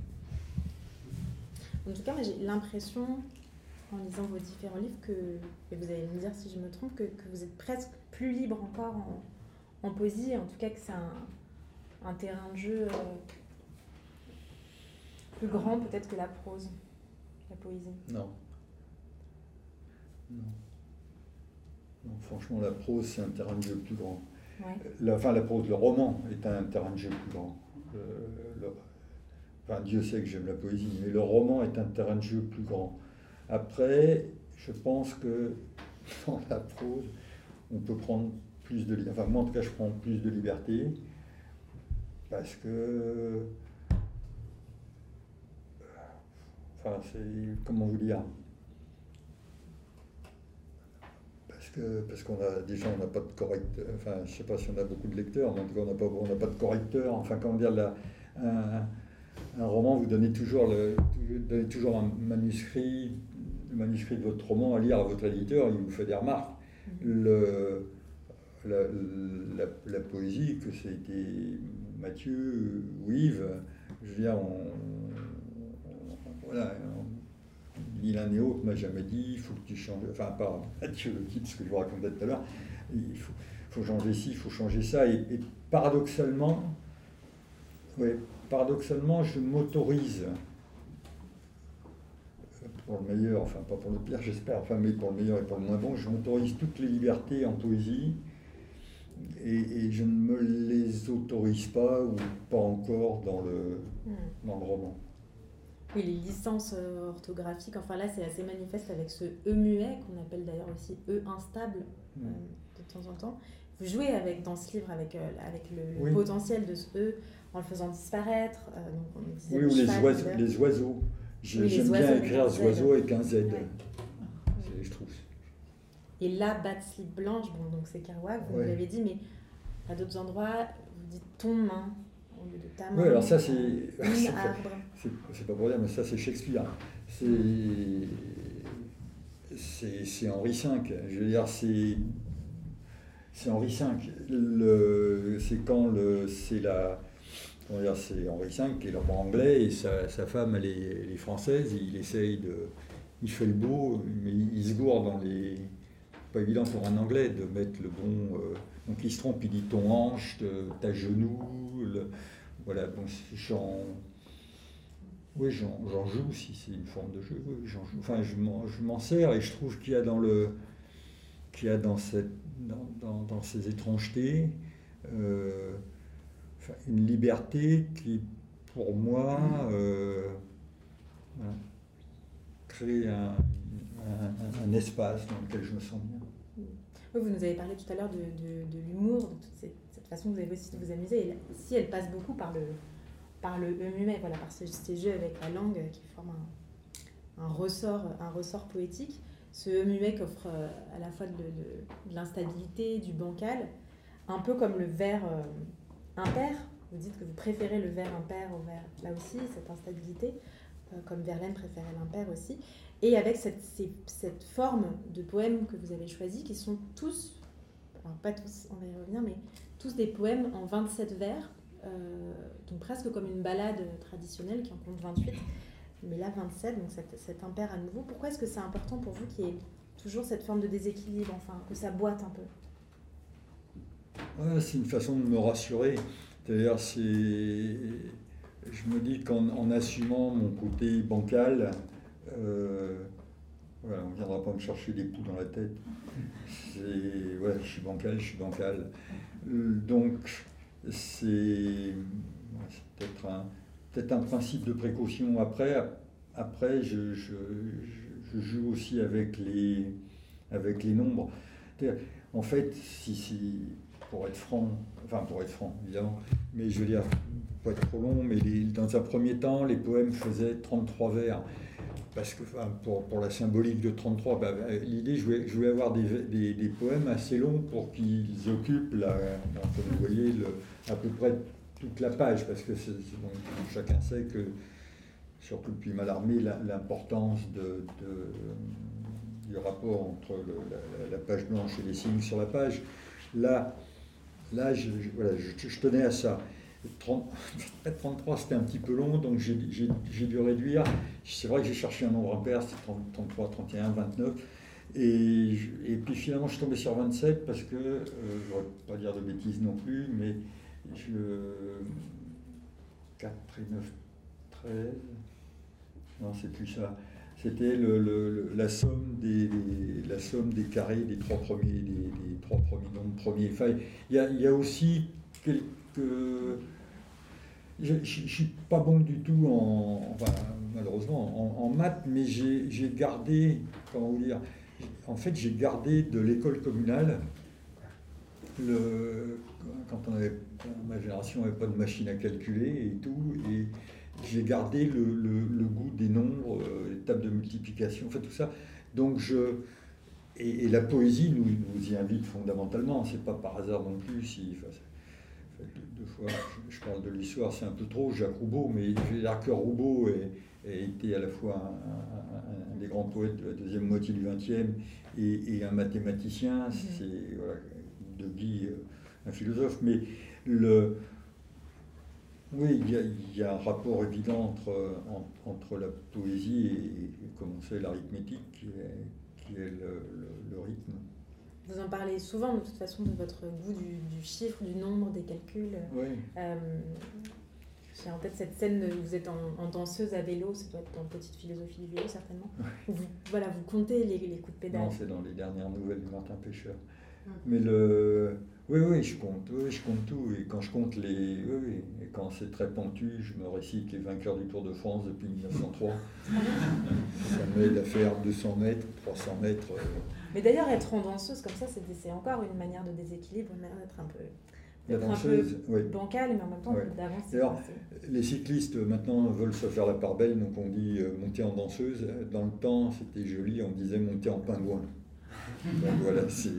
A: En tout cas, j'ai l'impression, en lisant vos différents livres, et vous allez me dire si je me trompe, que vous êtes presque plus libre encore en poésie, en tout cas que c'est un terrain de jeu plus grand peut-être que la prose, la poésie.
B: Non. Franchement, la prose, c'est un terrain de jeu plus grand.
A: Ouais.
B: La prose, le roman est un terrain de jeu plus grand. Dieu sait que j'aime la poésie, mais le roman est un terrain de jeu plus grand. Après, je pense que dans la prose, on peut prendre plus de liberté. Enfin, moi, en tout cas, je prends plus de liberté parce que... Comment vous dire ? Parce qu'on a déjà, on n'a pas de correcteur. Enfin, je ne sais pas si on a beaucoup de lecteurs, mais en tout cas, on n'a pas de correcteur. Enfin, comment dire, un roman, vous donnez toujours un manuscrit, le manuscrit de votre roman à lire à votre éditeur, il vous fait des remarques. La poésie, que c'était Mathieu ou Yves, je veux dire, ni l'un ni l'autre m'a jamais dit il faut que tu changes, enfin pas Mathieu le titre, ce que je vous racontais tout à l'heure, il faut changer ci, il faut changer ça, et paradoxalement, je m'autorise, pour le meilleur, enfin pas pour le pire j'espère, enfin mais pour le meilleur et pour le moins bon, je m'autorise toutes les libertés en poésie, et je ne me les autorise pas, ou pas encore dans le roman.
A: Oui, les licences orthographiques, enfin là c'est assez manifeste avec ce E muet, qu'on appelle d'ailleurs aussi E instable de temps en temps. Vous jouez dans ce livre avec le potentiel de ce E en le faisant disparaître. Donc on disait
B: ou les oiseaux. J'aime bien écrire les oiseaux avec un Z. Ouais. Je trouve.
A: Et la batte-slip blanche, bon, donc c'est Kerouac, vous l'avez dit, mais à d'autres endroits, vous dites ton main. Au lieu de ta main.
B: Oui, alors ça c'est pas pour dire, mais ça c'est Shakespeare. C'est Henri V. Je veux dire, c'est Henri V. C'est Henri V qui est le roi anglais, et sa femme elle est française, et il fait le beau, mais il se gourde dans les... Pas évident pour un anglais de mettre le bon... donc il se trompe, il dit ton hanche, ta genou, voilà, bon, j'en joue, si c'est une forme de jeu, oui, j'en joue. Enfin, je m'en sers, et je trouve qu'il y a dans ces étrangetés une liberté qui, pour moi, crée un espace dans lequel je me sens bien.
A: Vous nous avez parlé tout à l'heure de l'humour, de toute cette façon que vous avez aussi de vous amuser. Et ici, elle passe beaucoup par le E muet, voilà, par ces jeux avec la langue qui forment un ressort poétique. Ce E muet qui offre à la fois de l'instabilité, du bancal, un peu comme le vers impair. Vous dites que vous préférez le vers impair au vers, là aussi, cette instabilité, comme Verlaine préférait l'impair aussi. Et avec cette forme de poèmes que vous avez choisis, qui sont tous, alors pas tous, on va y revenir, mais tous des poèmes en 27 vers, donc presque comme une ballade traditionnelle qui en compte 28, mais là 27, donc cet impair à nouveau. Pourquoi est-ce que c'est important pour vous qu'il y ait toujours cette forme de déséquilibre, enfin, que ça boite un peu?
B: C'est une façon de me rassurer. C'est-à-dire, je me dis qu'en assumant mon côté bancal, voilà, on ne viendra pas me chercher des poux dans la tête. Voilà, je suis bancal. Donc, c'est peut-être un principe de précaution. Après je joue aussi avec les nombres. En fait, pour être franc, évidemment, mais je veux dire, pas être trop long, mais dans un premier temps, les poèmes faisaient 33 vers. Parce que pour la symbolique de 33, l'idée, je voulais avoir des poèmes assez longs pour qu'ils occupent, comme vous voyez, à peu près toute la page, parce que chacun sait que, surtout depuis Mallarmé, l'importance du rapport entre la page blanche et les signes sur la page. Là je tenais à ça. 33, c'était un petit peu long, donc j'ai dû réduire. C'est vrai que j'ai cherché un nombre impair, c'était 33, 31, 29. Et puis finalement, je suis tombé sur 27 parce que, je ne voudrais pas dire de bêtises non plus, mais 4 et 9, 13. Non, c'est plus ça. C'était la somme des carrés des trois premiers nombres premiers. Enfin, il y a aussi quelques. Je ne suis pas bon du tout malheureusement en maths, mais j'ai gardé, comment vous dire, en fait j'ai gardé de l'école communale, quand ma génération n'avait pas de machine à calculer et tout, et j'ai gardé le goût des nombres, les tables de multiplication, en fait tout ça. Donc et la poésie nous y invite fondamentalement, c'est pas par hasard non plus deux fois, je parle de l'histoire, c'est un peu trop, Jacques Roubaud, mais je veux dire que Roubaud a été à la fois un des grands poètes de la deuxième moitié du XXe et un mathématicien, c'est De Guy, un philosophe, mais oui, il y a un rapport évident entre la poésie et comme on sait, l'arithmétique qui est le rythme.
A: Vous en parlez souvent, de toute façon, de votre goût du chiffre, du nombre, des calculs.
B: Oui.
A: J'ai en tête cette scène où vous êtes en danseuse à vélo, ça doit être dans Petite philosophie du vélo, certainement. Où vous comptez les coups de pédale.
B: Non, c'est dans les dernières nouvelles de Martin Pêcheur. Mais oui, je compte tout. Et quand je compte et quand c'est très pointu, je me récite les vainqueurs du Tour de France depuis 1903. Ça m'aide à faire 200 mètres, 300 mètres.
A: Mais d'ailleurs, être en danseuse comme ça, c'est encore une manière de déséquilibre, une manière d'être un peu bancale, mais en même temps d'avancer.
B: D'ailleurs, les cyclistes maintenant veulent se faire la part belle, donc on dit monter en danseuse. Dans le temps, c'était joli, on disait monter en pingouin. Donc voilà,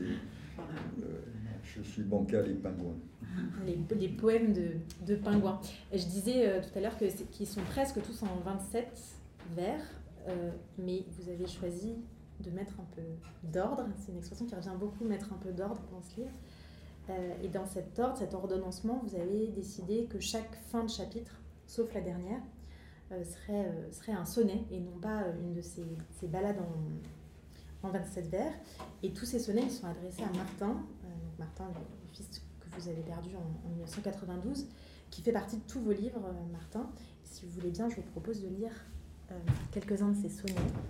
B: je suis bancal et pingouin.
A: Les poèmes de pingouin. Et je disais tout à l'heure qu'ils sont presque tous en 27 vers, mais vous avez choisi de mettre un peu d'ordre. C'est une expression qui revient beaucoup, mettre un peu d'ordre dans ce livre. Et dans cet ordre, cet ordonnancement, vous avez décidé que chaque fin de chapitre, sauf la dernière, serait un sonnet et non pas une de ces ballades en 27 vers. Et tous ces sonnets, ils sont adressés à Martin, donc Martin, le fils que vous avez perdu en 1992, qui fait partie de tous vos livres, Martin. Et si vous voulez bien, je vous propose de lire quelques-uns de ces sonnets.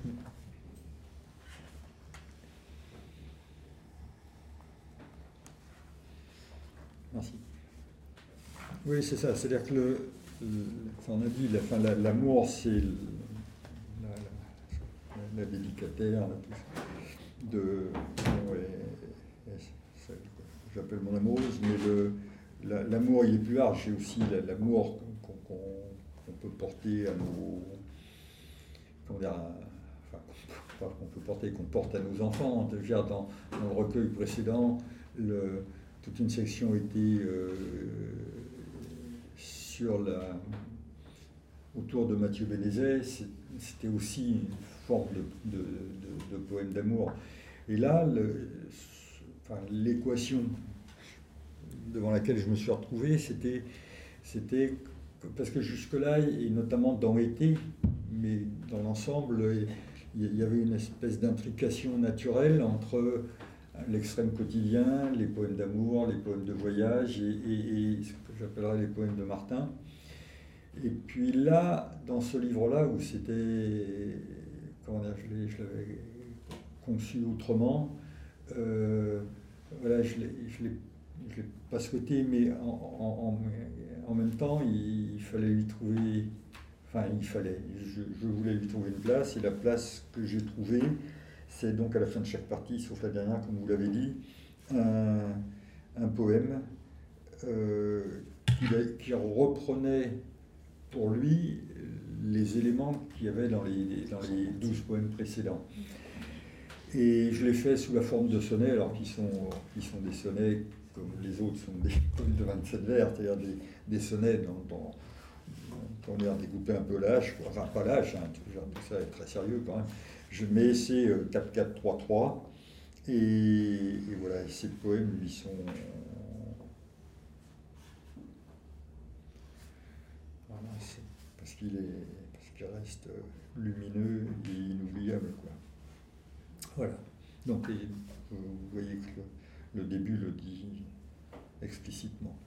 B: Merci. Oui, c'est ça. C'est-à-dire que on a dit, l'amour, c'est la dédicataire, j'appelle mon amoureuse, mais l'amour, il est plus large. C'est aussi l'amour qu'on peut porter à nos... qu'on porte à nos enfants. Déjà, dans le recueil précédent, toute une section était autour de Mathieu Bénézet. C'était aussi une forme de poème d'amour. Et là, l'équation devant laquelle je me suis retrouvé, c'était parce que jusque-là, et notamment dans Été, mais dans l'ensemble, il y avait une espèce d'intrication naturelle entre l'extrême quotidien, les poèmes d'amour, les poèmes de voyage et ce que j'appellerais les poèmes de Martin. Et puis là, dans ce livre-là, où c'était, comment dire, je l'avais conçu autrement. Voilà, je l'ai pas souhaité, mais en même temps, il fallait lui trouver. Enfin, je voulais lui trouver une place, et la place que j'ai trouvée, c'est donc à la fin de chaque partie, sauf la dernière, comme vous l'avez dit, un poème qui reprenait pour lui les éléments qu'il y avait dans les 12 poèmes précédents. Et je l'ai fait sous la forme de sonnets, alors qu'ils sont des sonnets comme les autres sont des poèmes de 27 vers, c'est-à-dire des sonnets dont on est découpé un peu lâche, enfin pas lâche, hein, tout ça est très sérieux quand même. Mais c'est 4-4-3-3, et voilà, et ces poèmes lui sont... Voilà, parce qu'il reste lumineux et inoubliable, quoi. Voilà. Donc, vous voyez que le début le dit explicitement.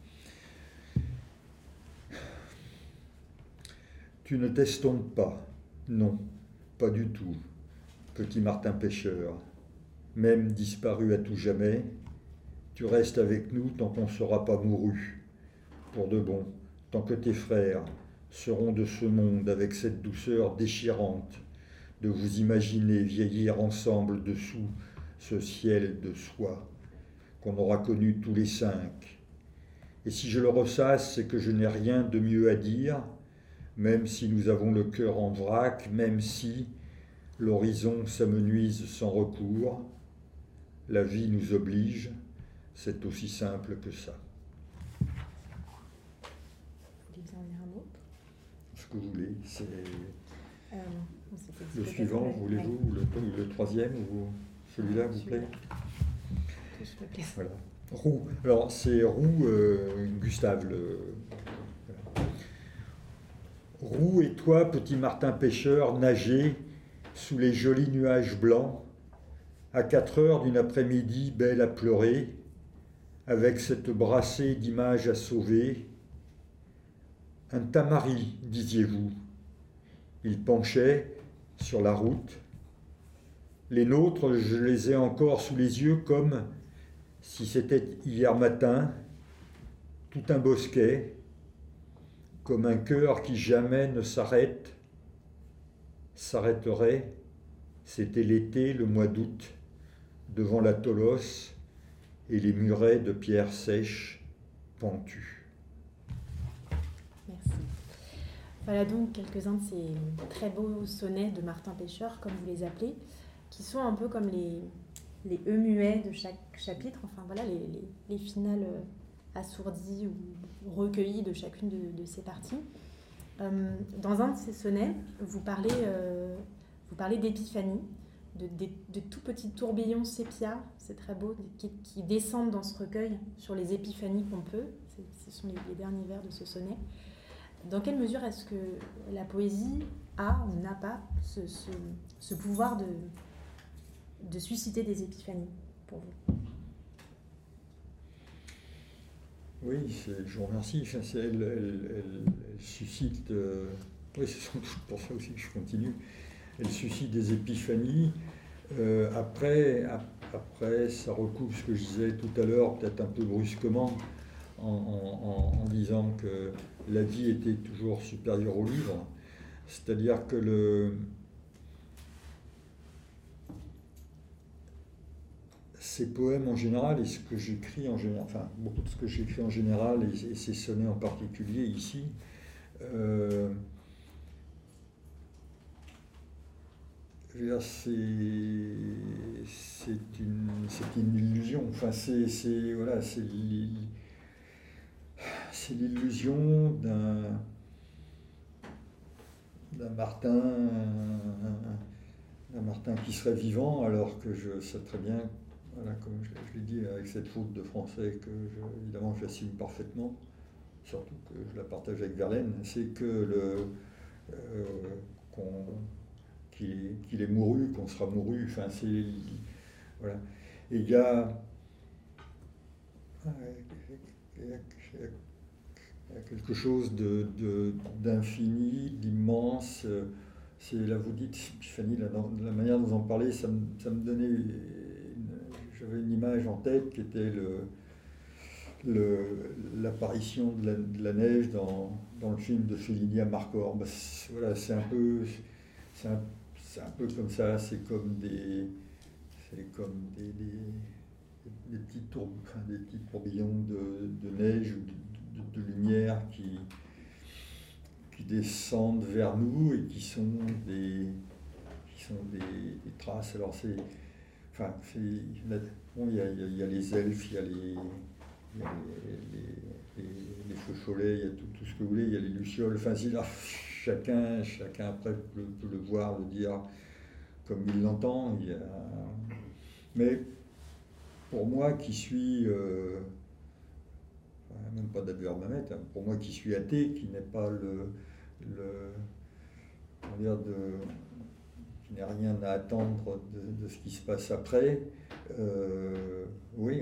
B: Tu ne t'estompes pas, non, pas du tout, petit Martin pêcheur. Même disparu à tout jamais, tu restes avec nous tant qu'on ne sera pas mouru, pour de bon, tant que tes frères seront de ce monde avec cette douceur déchirante de vous imaginer vieillir ensemble dessous ce ciel de soie qu'on aura connu tous les 5. Et si je le ressasse, c'est que je n'ai rien de mieux à dire, même si nous avons le cœur en vrac, même si l'horizon s'amenuise sans recours, la vie nous oblige, c'est aussi simple que ça.
A: Vous voulez bien en lire un autre ?
B: Ce que vous voulez, c'est... le suivant, voulez-vous, ou le troisième, ou celui-là, vous plaît ?
A: Je me plaît.
B: Voilà. Roux. Alors, c'est Roux, Gustave. Roux et toi, petit Martin pêcheur, nagez sous les jolis nuages blancs, à 4 heures d'une après-midi belle à pleurer, avec cette brassée d'images à sauver. Un tamari, disiez-vous. Il penchait sur la route. Les nôtres, je les ai encore sous les yeux comme si c'était hier matin, tout un bosquet, comme un cœur qui jamais ne s'arrêterait. C'était l'été, le mois d'août, devant la Tolosse et les murets de pierres sèches pentues.
A: Merci. Voilà donc quelques-uns de ces très beaux sonnets de Martin Pêcheur, comme vous les appelez, qui sont un peu comme les E muets de chaque chapitre, enfin voilà, les finales assourdies ou recueillies de chacune de ces parties. Dans un de ces sonnets, vous parlez d'épiphanie, de tout petits tourbillons sépia, c'est très beau, qui descendent dans ce recueil sur les épiphanies qu'on peut. Ce sont les derniers vers de ce sonnet. Dans quelle mesure est-ce que la poésie a ou n'a pas ce pouvoir de susciter des épiphanies pour vous ?
B: Oui, je vous remercie. Enfin, elle suscite... oui, c'est pour ça aussi que je continue. Elle suscite des épiphanies. Après, ça recoupe ce que je disais tout à l'heure, peut-être un peu brusquement, en disant que la vie était toujours supérieure au livre. C'est-à-dire que ces poèmes en général, et ce que j'écris en général, enfin beaucoup de ce que j'écris en général, et ces sonnets en particulier ici, c'est une illusion. Enfin, c'est l'illusion d'un Martin qui serait vivant, alors que je sais très bien, voilà, comme je l'ai dit, avec cette faute de français que évidemment j'assume parfaitement, surtout que je la partage avec Verlaine, c'est que qu'il est mouru, qu'on sera mouru, enfin c'est... Voilà. Et il y a quelque chose d'infini, d'immense, là, vous dites, Fanny, la manière dont vous en parlez, ça me donnait... J'avais une image en tête qui était l'apparition de la neige dans le film de Fellini à Markhor. Voilà, c'est un peu comme ça, c'est comme des petits tourbillons de neige ou de lumière qui descendent vers nous et qui sont des traces. Alors il y a les elfes, il y a les feux follets, il y a tout ce que vous voulez, il y a les lucioles. Enfin, chacun après peut le voir, le dire comme il l'entend. Mais pour moi qui suis, même pas d'adverbe à mettre, pour moi qui suis athée, qui n'est pas qui n'a rien à attendre de ce qui se passe après, oui,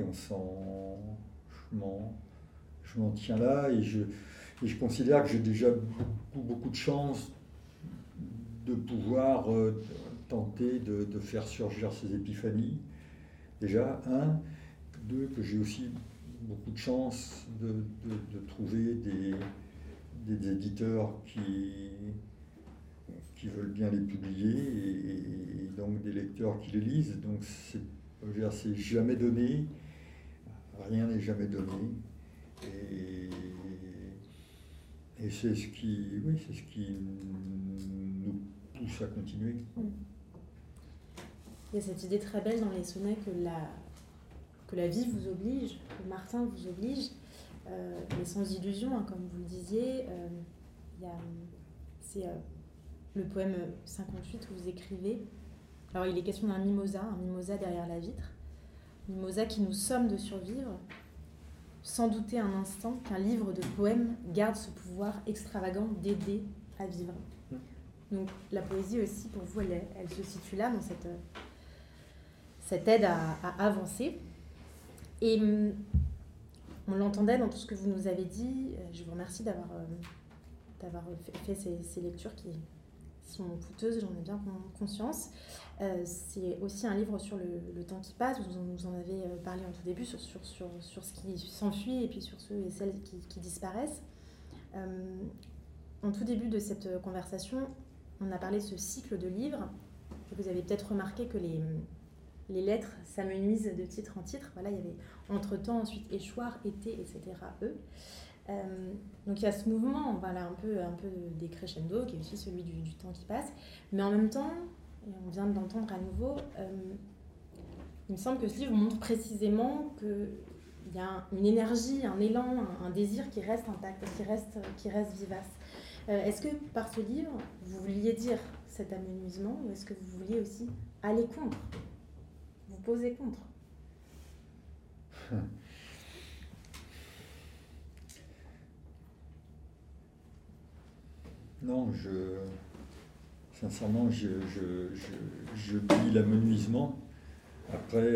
B: je m'en tiens là et je considère que j'ai déjà beaucoup de chance de pouvoir tenter de faire surgir ces épiphanies. Déjà, deux, que j'ai aussi beaucoup de chance de trouver des éditeurs qui veulent bien les publier et donc des lecteurs qui les lisent. Donc c'est jamais donné, rien n'est jamais donné. Et c'est ce qui nous pousse à continuer.
A: Il y a cette idée très belle dans les sonnets que la vie vous oblige, que Martin vous oblige, mais sans illusion, comme vous le disiez. C'est le poème 58 où vous écrivez. Alors il est question d'un mimosa derrière la vitre. Mimosa qui nous somme de survivre, sans douter un instant qu'un livre de poèmes garde ce pouvoir extravagant d'aider à vivre. Donc la poésie aussi, pour vous, elle se situe là, dans cette aide à avancer. Et on l'entendait dans tout ce que vous nous avez dit. Je vous remercie d'avoir fait ces lectures qui sont coûteuses, j'en ai bien conscience. C'est aussi un livre sur le temps qui passe. Vous nous en avez parlé en tout début, sur ce qui s'enfuit et puis sur ceux et celles qui disparaissent. En tout début de cette conversation, on a parlé de ce cycle de livres. Et vous avez peut-être remarqué que les lettres s'amenuisent de titre en titre. Voilà, il y avait Entre-temps, ensuite Échoir, Été, etc. Donc il y a ce mouvement, voilà, un peu des crescendo, qui est aussi celui du temps qui passe. Mais en même temps, et on vient de l'entendre à nouveau, il me semble que ce livre montre précisément qu'il y a une énergie, un élan, un désir qui reste intact, qui reste vivace. Est-ce que par ce livre, vous vouliez dire cet amenuisement, ou est-ce que vous vouliez aussi aller contre, vous poser contre?
B: Non, sincèrement, je dis l'amenuisement. Après,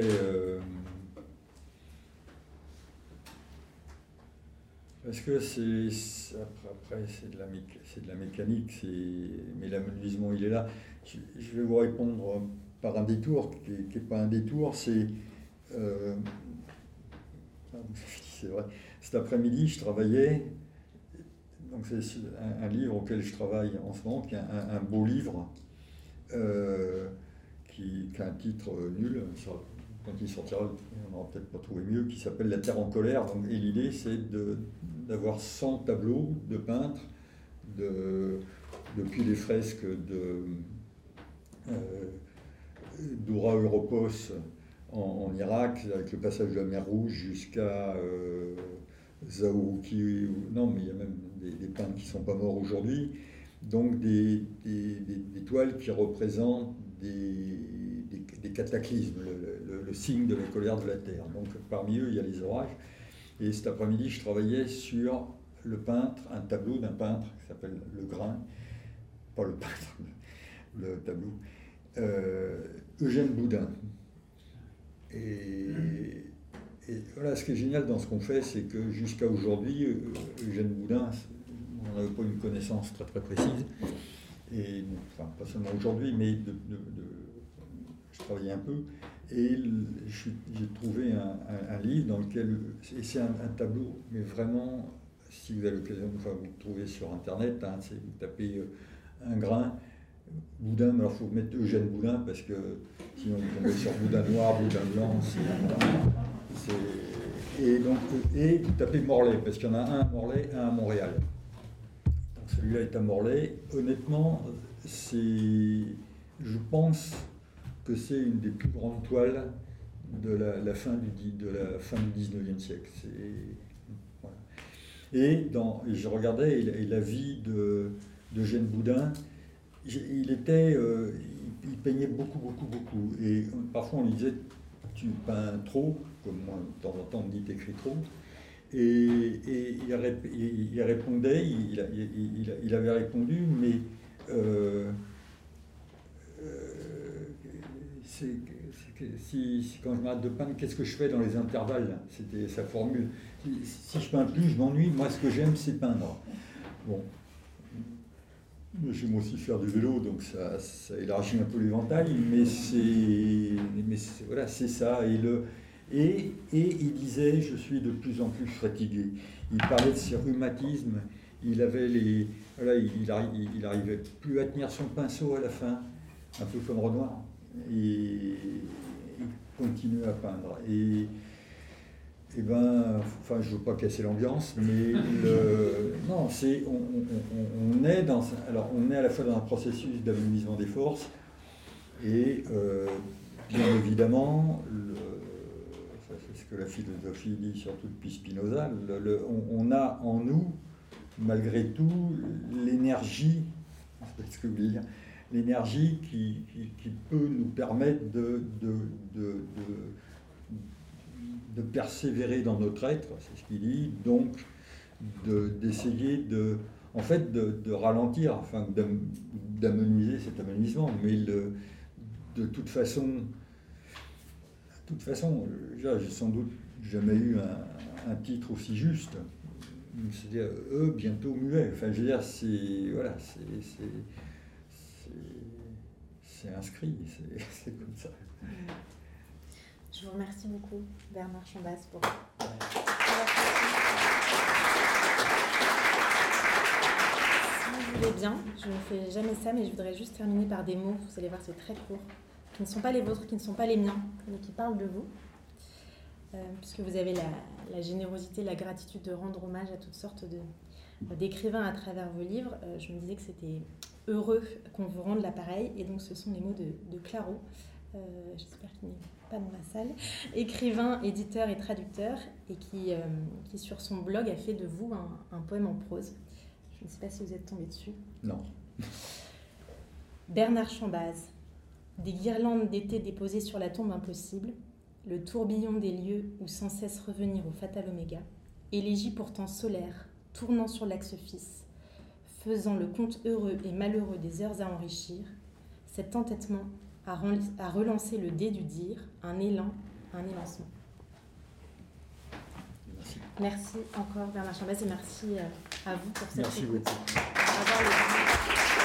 B: parce que c'est de la mécanique, mais l'amenuisement, il est là. Je vais vous répondre par un détour qui n'est pas un détour. C'est vrai. Cet après-midi, je travaillais. Donc c'est un livre auquel je travaille en ce moment, qui est un beau livre, qui a un titre nul. Quand il sortira, on n'aura peut-être pas trouvé mieux, qui s'appelle La Terre en colère. Donc, et l'idée, c'est d'avoir 100 tableaux de peintres, depuis les fresques d'Oura Europos en Irak, avec le passage de la mer Rouge, jusqu'à Zaouki. Non, mais il y a même des peintres qui ne sont pas morts aujourd'hui. Donc des toiles qui représentent des cataclysmes, le signe de la colère de la Terre. Donc parmi eux, il y a les orages. Et cet après-midi, je travaillais sur un tableau d'un peintre qui s'appelle Le Grain, pas le peintre, le tableau, Eugène Boudin. Et voilà, ce qui est génial dans ce qu'on fait, c'est que jusqu'à aujourd'hui, Eugène Boudin, on n'avait pas une connaissance très très précise, Et enfin, pas seulement aujourd'hui, mais je travaillais un peu. Et j'ai trouvé un livre dans lequel, et c'est un tableau, mais vraiment, si vous avez l'occasion, enfin, vous le trouvez sur Internet, hein, vous tapez un grain, Boudin, mais alors il faut mettre Eugène Boudin, parce que sinon vous tombez sur Boudin noir, Boudin blanc, et vous tapez Morlaix, parce qu'il y en a un à Morlaix, un à Montréal. Donc celui-là est à Morlaix. Honnêtement, je pense que c'est une des plus grandes toiles de la fin du 19e siècle. Voilà. Et je regardais la vie d'Eugène Boudin. Il peignait beaucoup. Et parfois on lui disait, tu peins trop, comme moi de temps en temps on me dit, t'écris trop. Et il répondait, il avait répondu, mais quand je m'arrête de peindre, qu'est-ce que je fais dans les intervalles? C'était sa formule. Si je peins plus, je m'ennuie. Moi, ce que j'aime, c'est peindre. Bon. J'aime aussi faire du vélo, donc ça élargit un peu l'éventail, mais voilà, c'est ça. Et il disait, je suis de plus en plus fatigué. Il parlait de ses rhumatismes. Il arrivait plus à tenir son pinceau à la fin, un peu comme Renoir. Et il continuait à peindre. Et ben, enfin, je ne veux pas casser l'ambiance, mais non, on est à la fois dans un processus d'amenuisement des forces et bien évidemment, c'est ce que la philosophie dit surtout depuis Spinoza, on a en nous, malgré tout, l'énergie, c'est ce que vous voulez dire, l'énergie qui peut nous permettre de persévérer dans notre être, c'est ce qu'il dit, donc d'essayer de ralentir, enfin d'amenuiser cet amenuisement, mais de toute façon, j'ai sans doute jamais eu un titre aussi juste, c'est-à-dire eux bientôt muets, enfin je veux dire, c'est inscrit, c'est comme ça.
A: Je vous remercie beaucoup, Bernard Chambaz, pour... Si vous voulez bien, je ne fais jamais ça, mais je voudrais juste terminer par des mots, vous allez voir, c'est très court, qui ne sont pas les vôtres, qui ne sont pas les miens, mais qui parlent de vous, puisque vous avez la générosité, la gratitude de rendre hommage à toutes sortes d'écrivains à travers vos livres. Je me disais que c'était heureux qu'on vous rende l'appareil, et donc ce sont les mots de Claro, j'espère qu'il n'est pas dans la salle, écrivain, éditeur et traducteur, et qui sur son blog a fait de vous un poème en prose. Je ne sais pas si vous êtes tombé dessus.
B: Non.
A: Bernard Chambaz, des guirlandes d'été déposées sur la tombe impossible, le tourbillon des lieux où sans cesse revenir au fatal oméga, élégie pourtant solaire, tournant sur l'axe fixe, faisant le compte heureux et malheureux des heures à enrichir, cet entêtement à relancer le dé du dire, un élan, un élancement. Merci encore Bernard Chambaz et merci à vous pour cette écoute.
B: Merci beaucoup.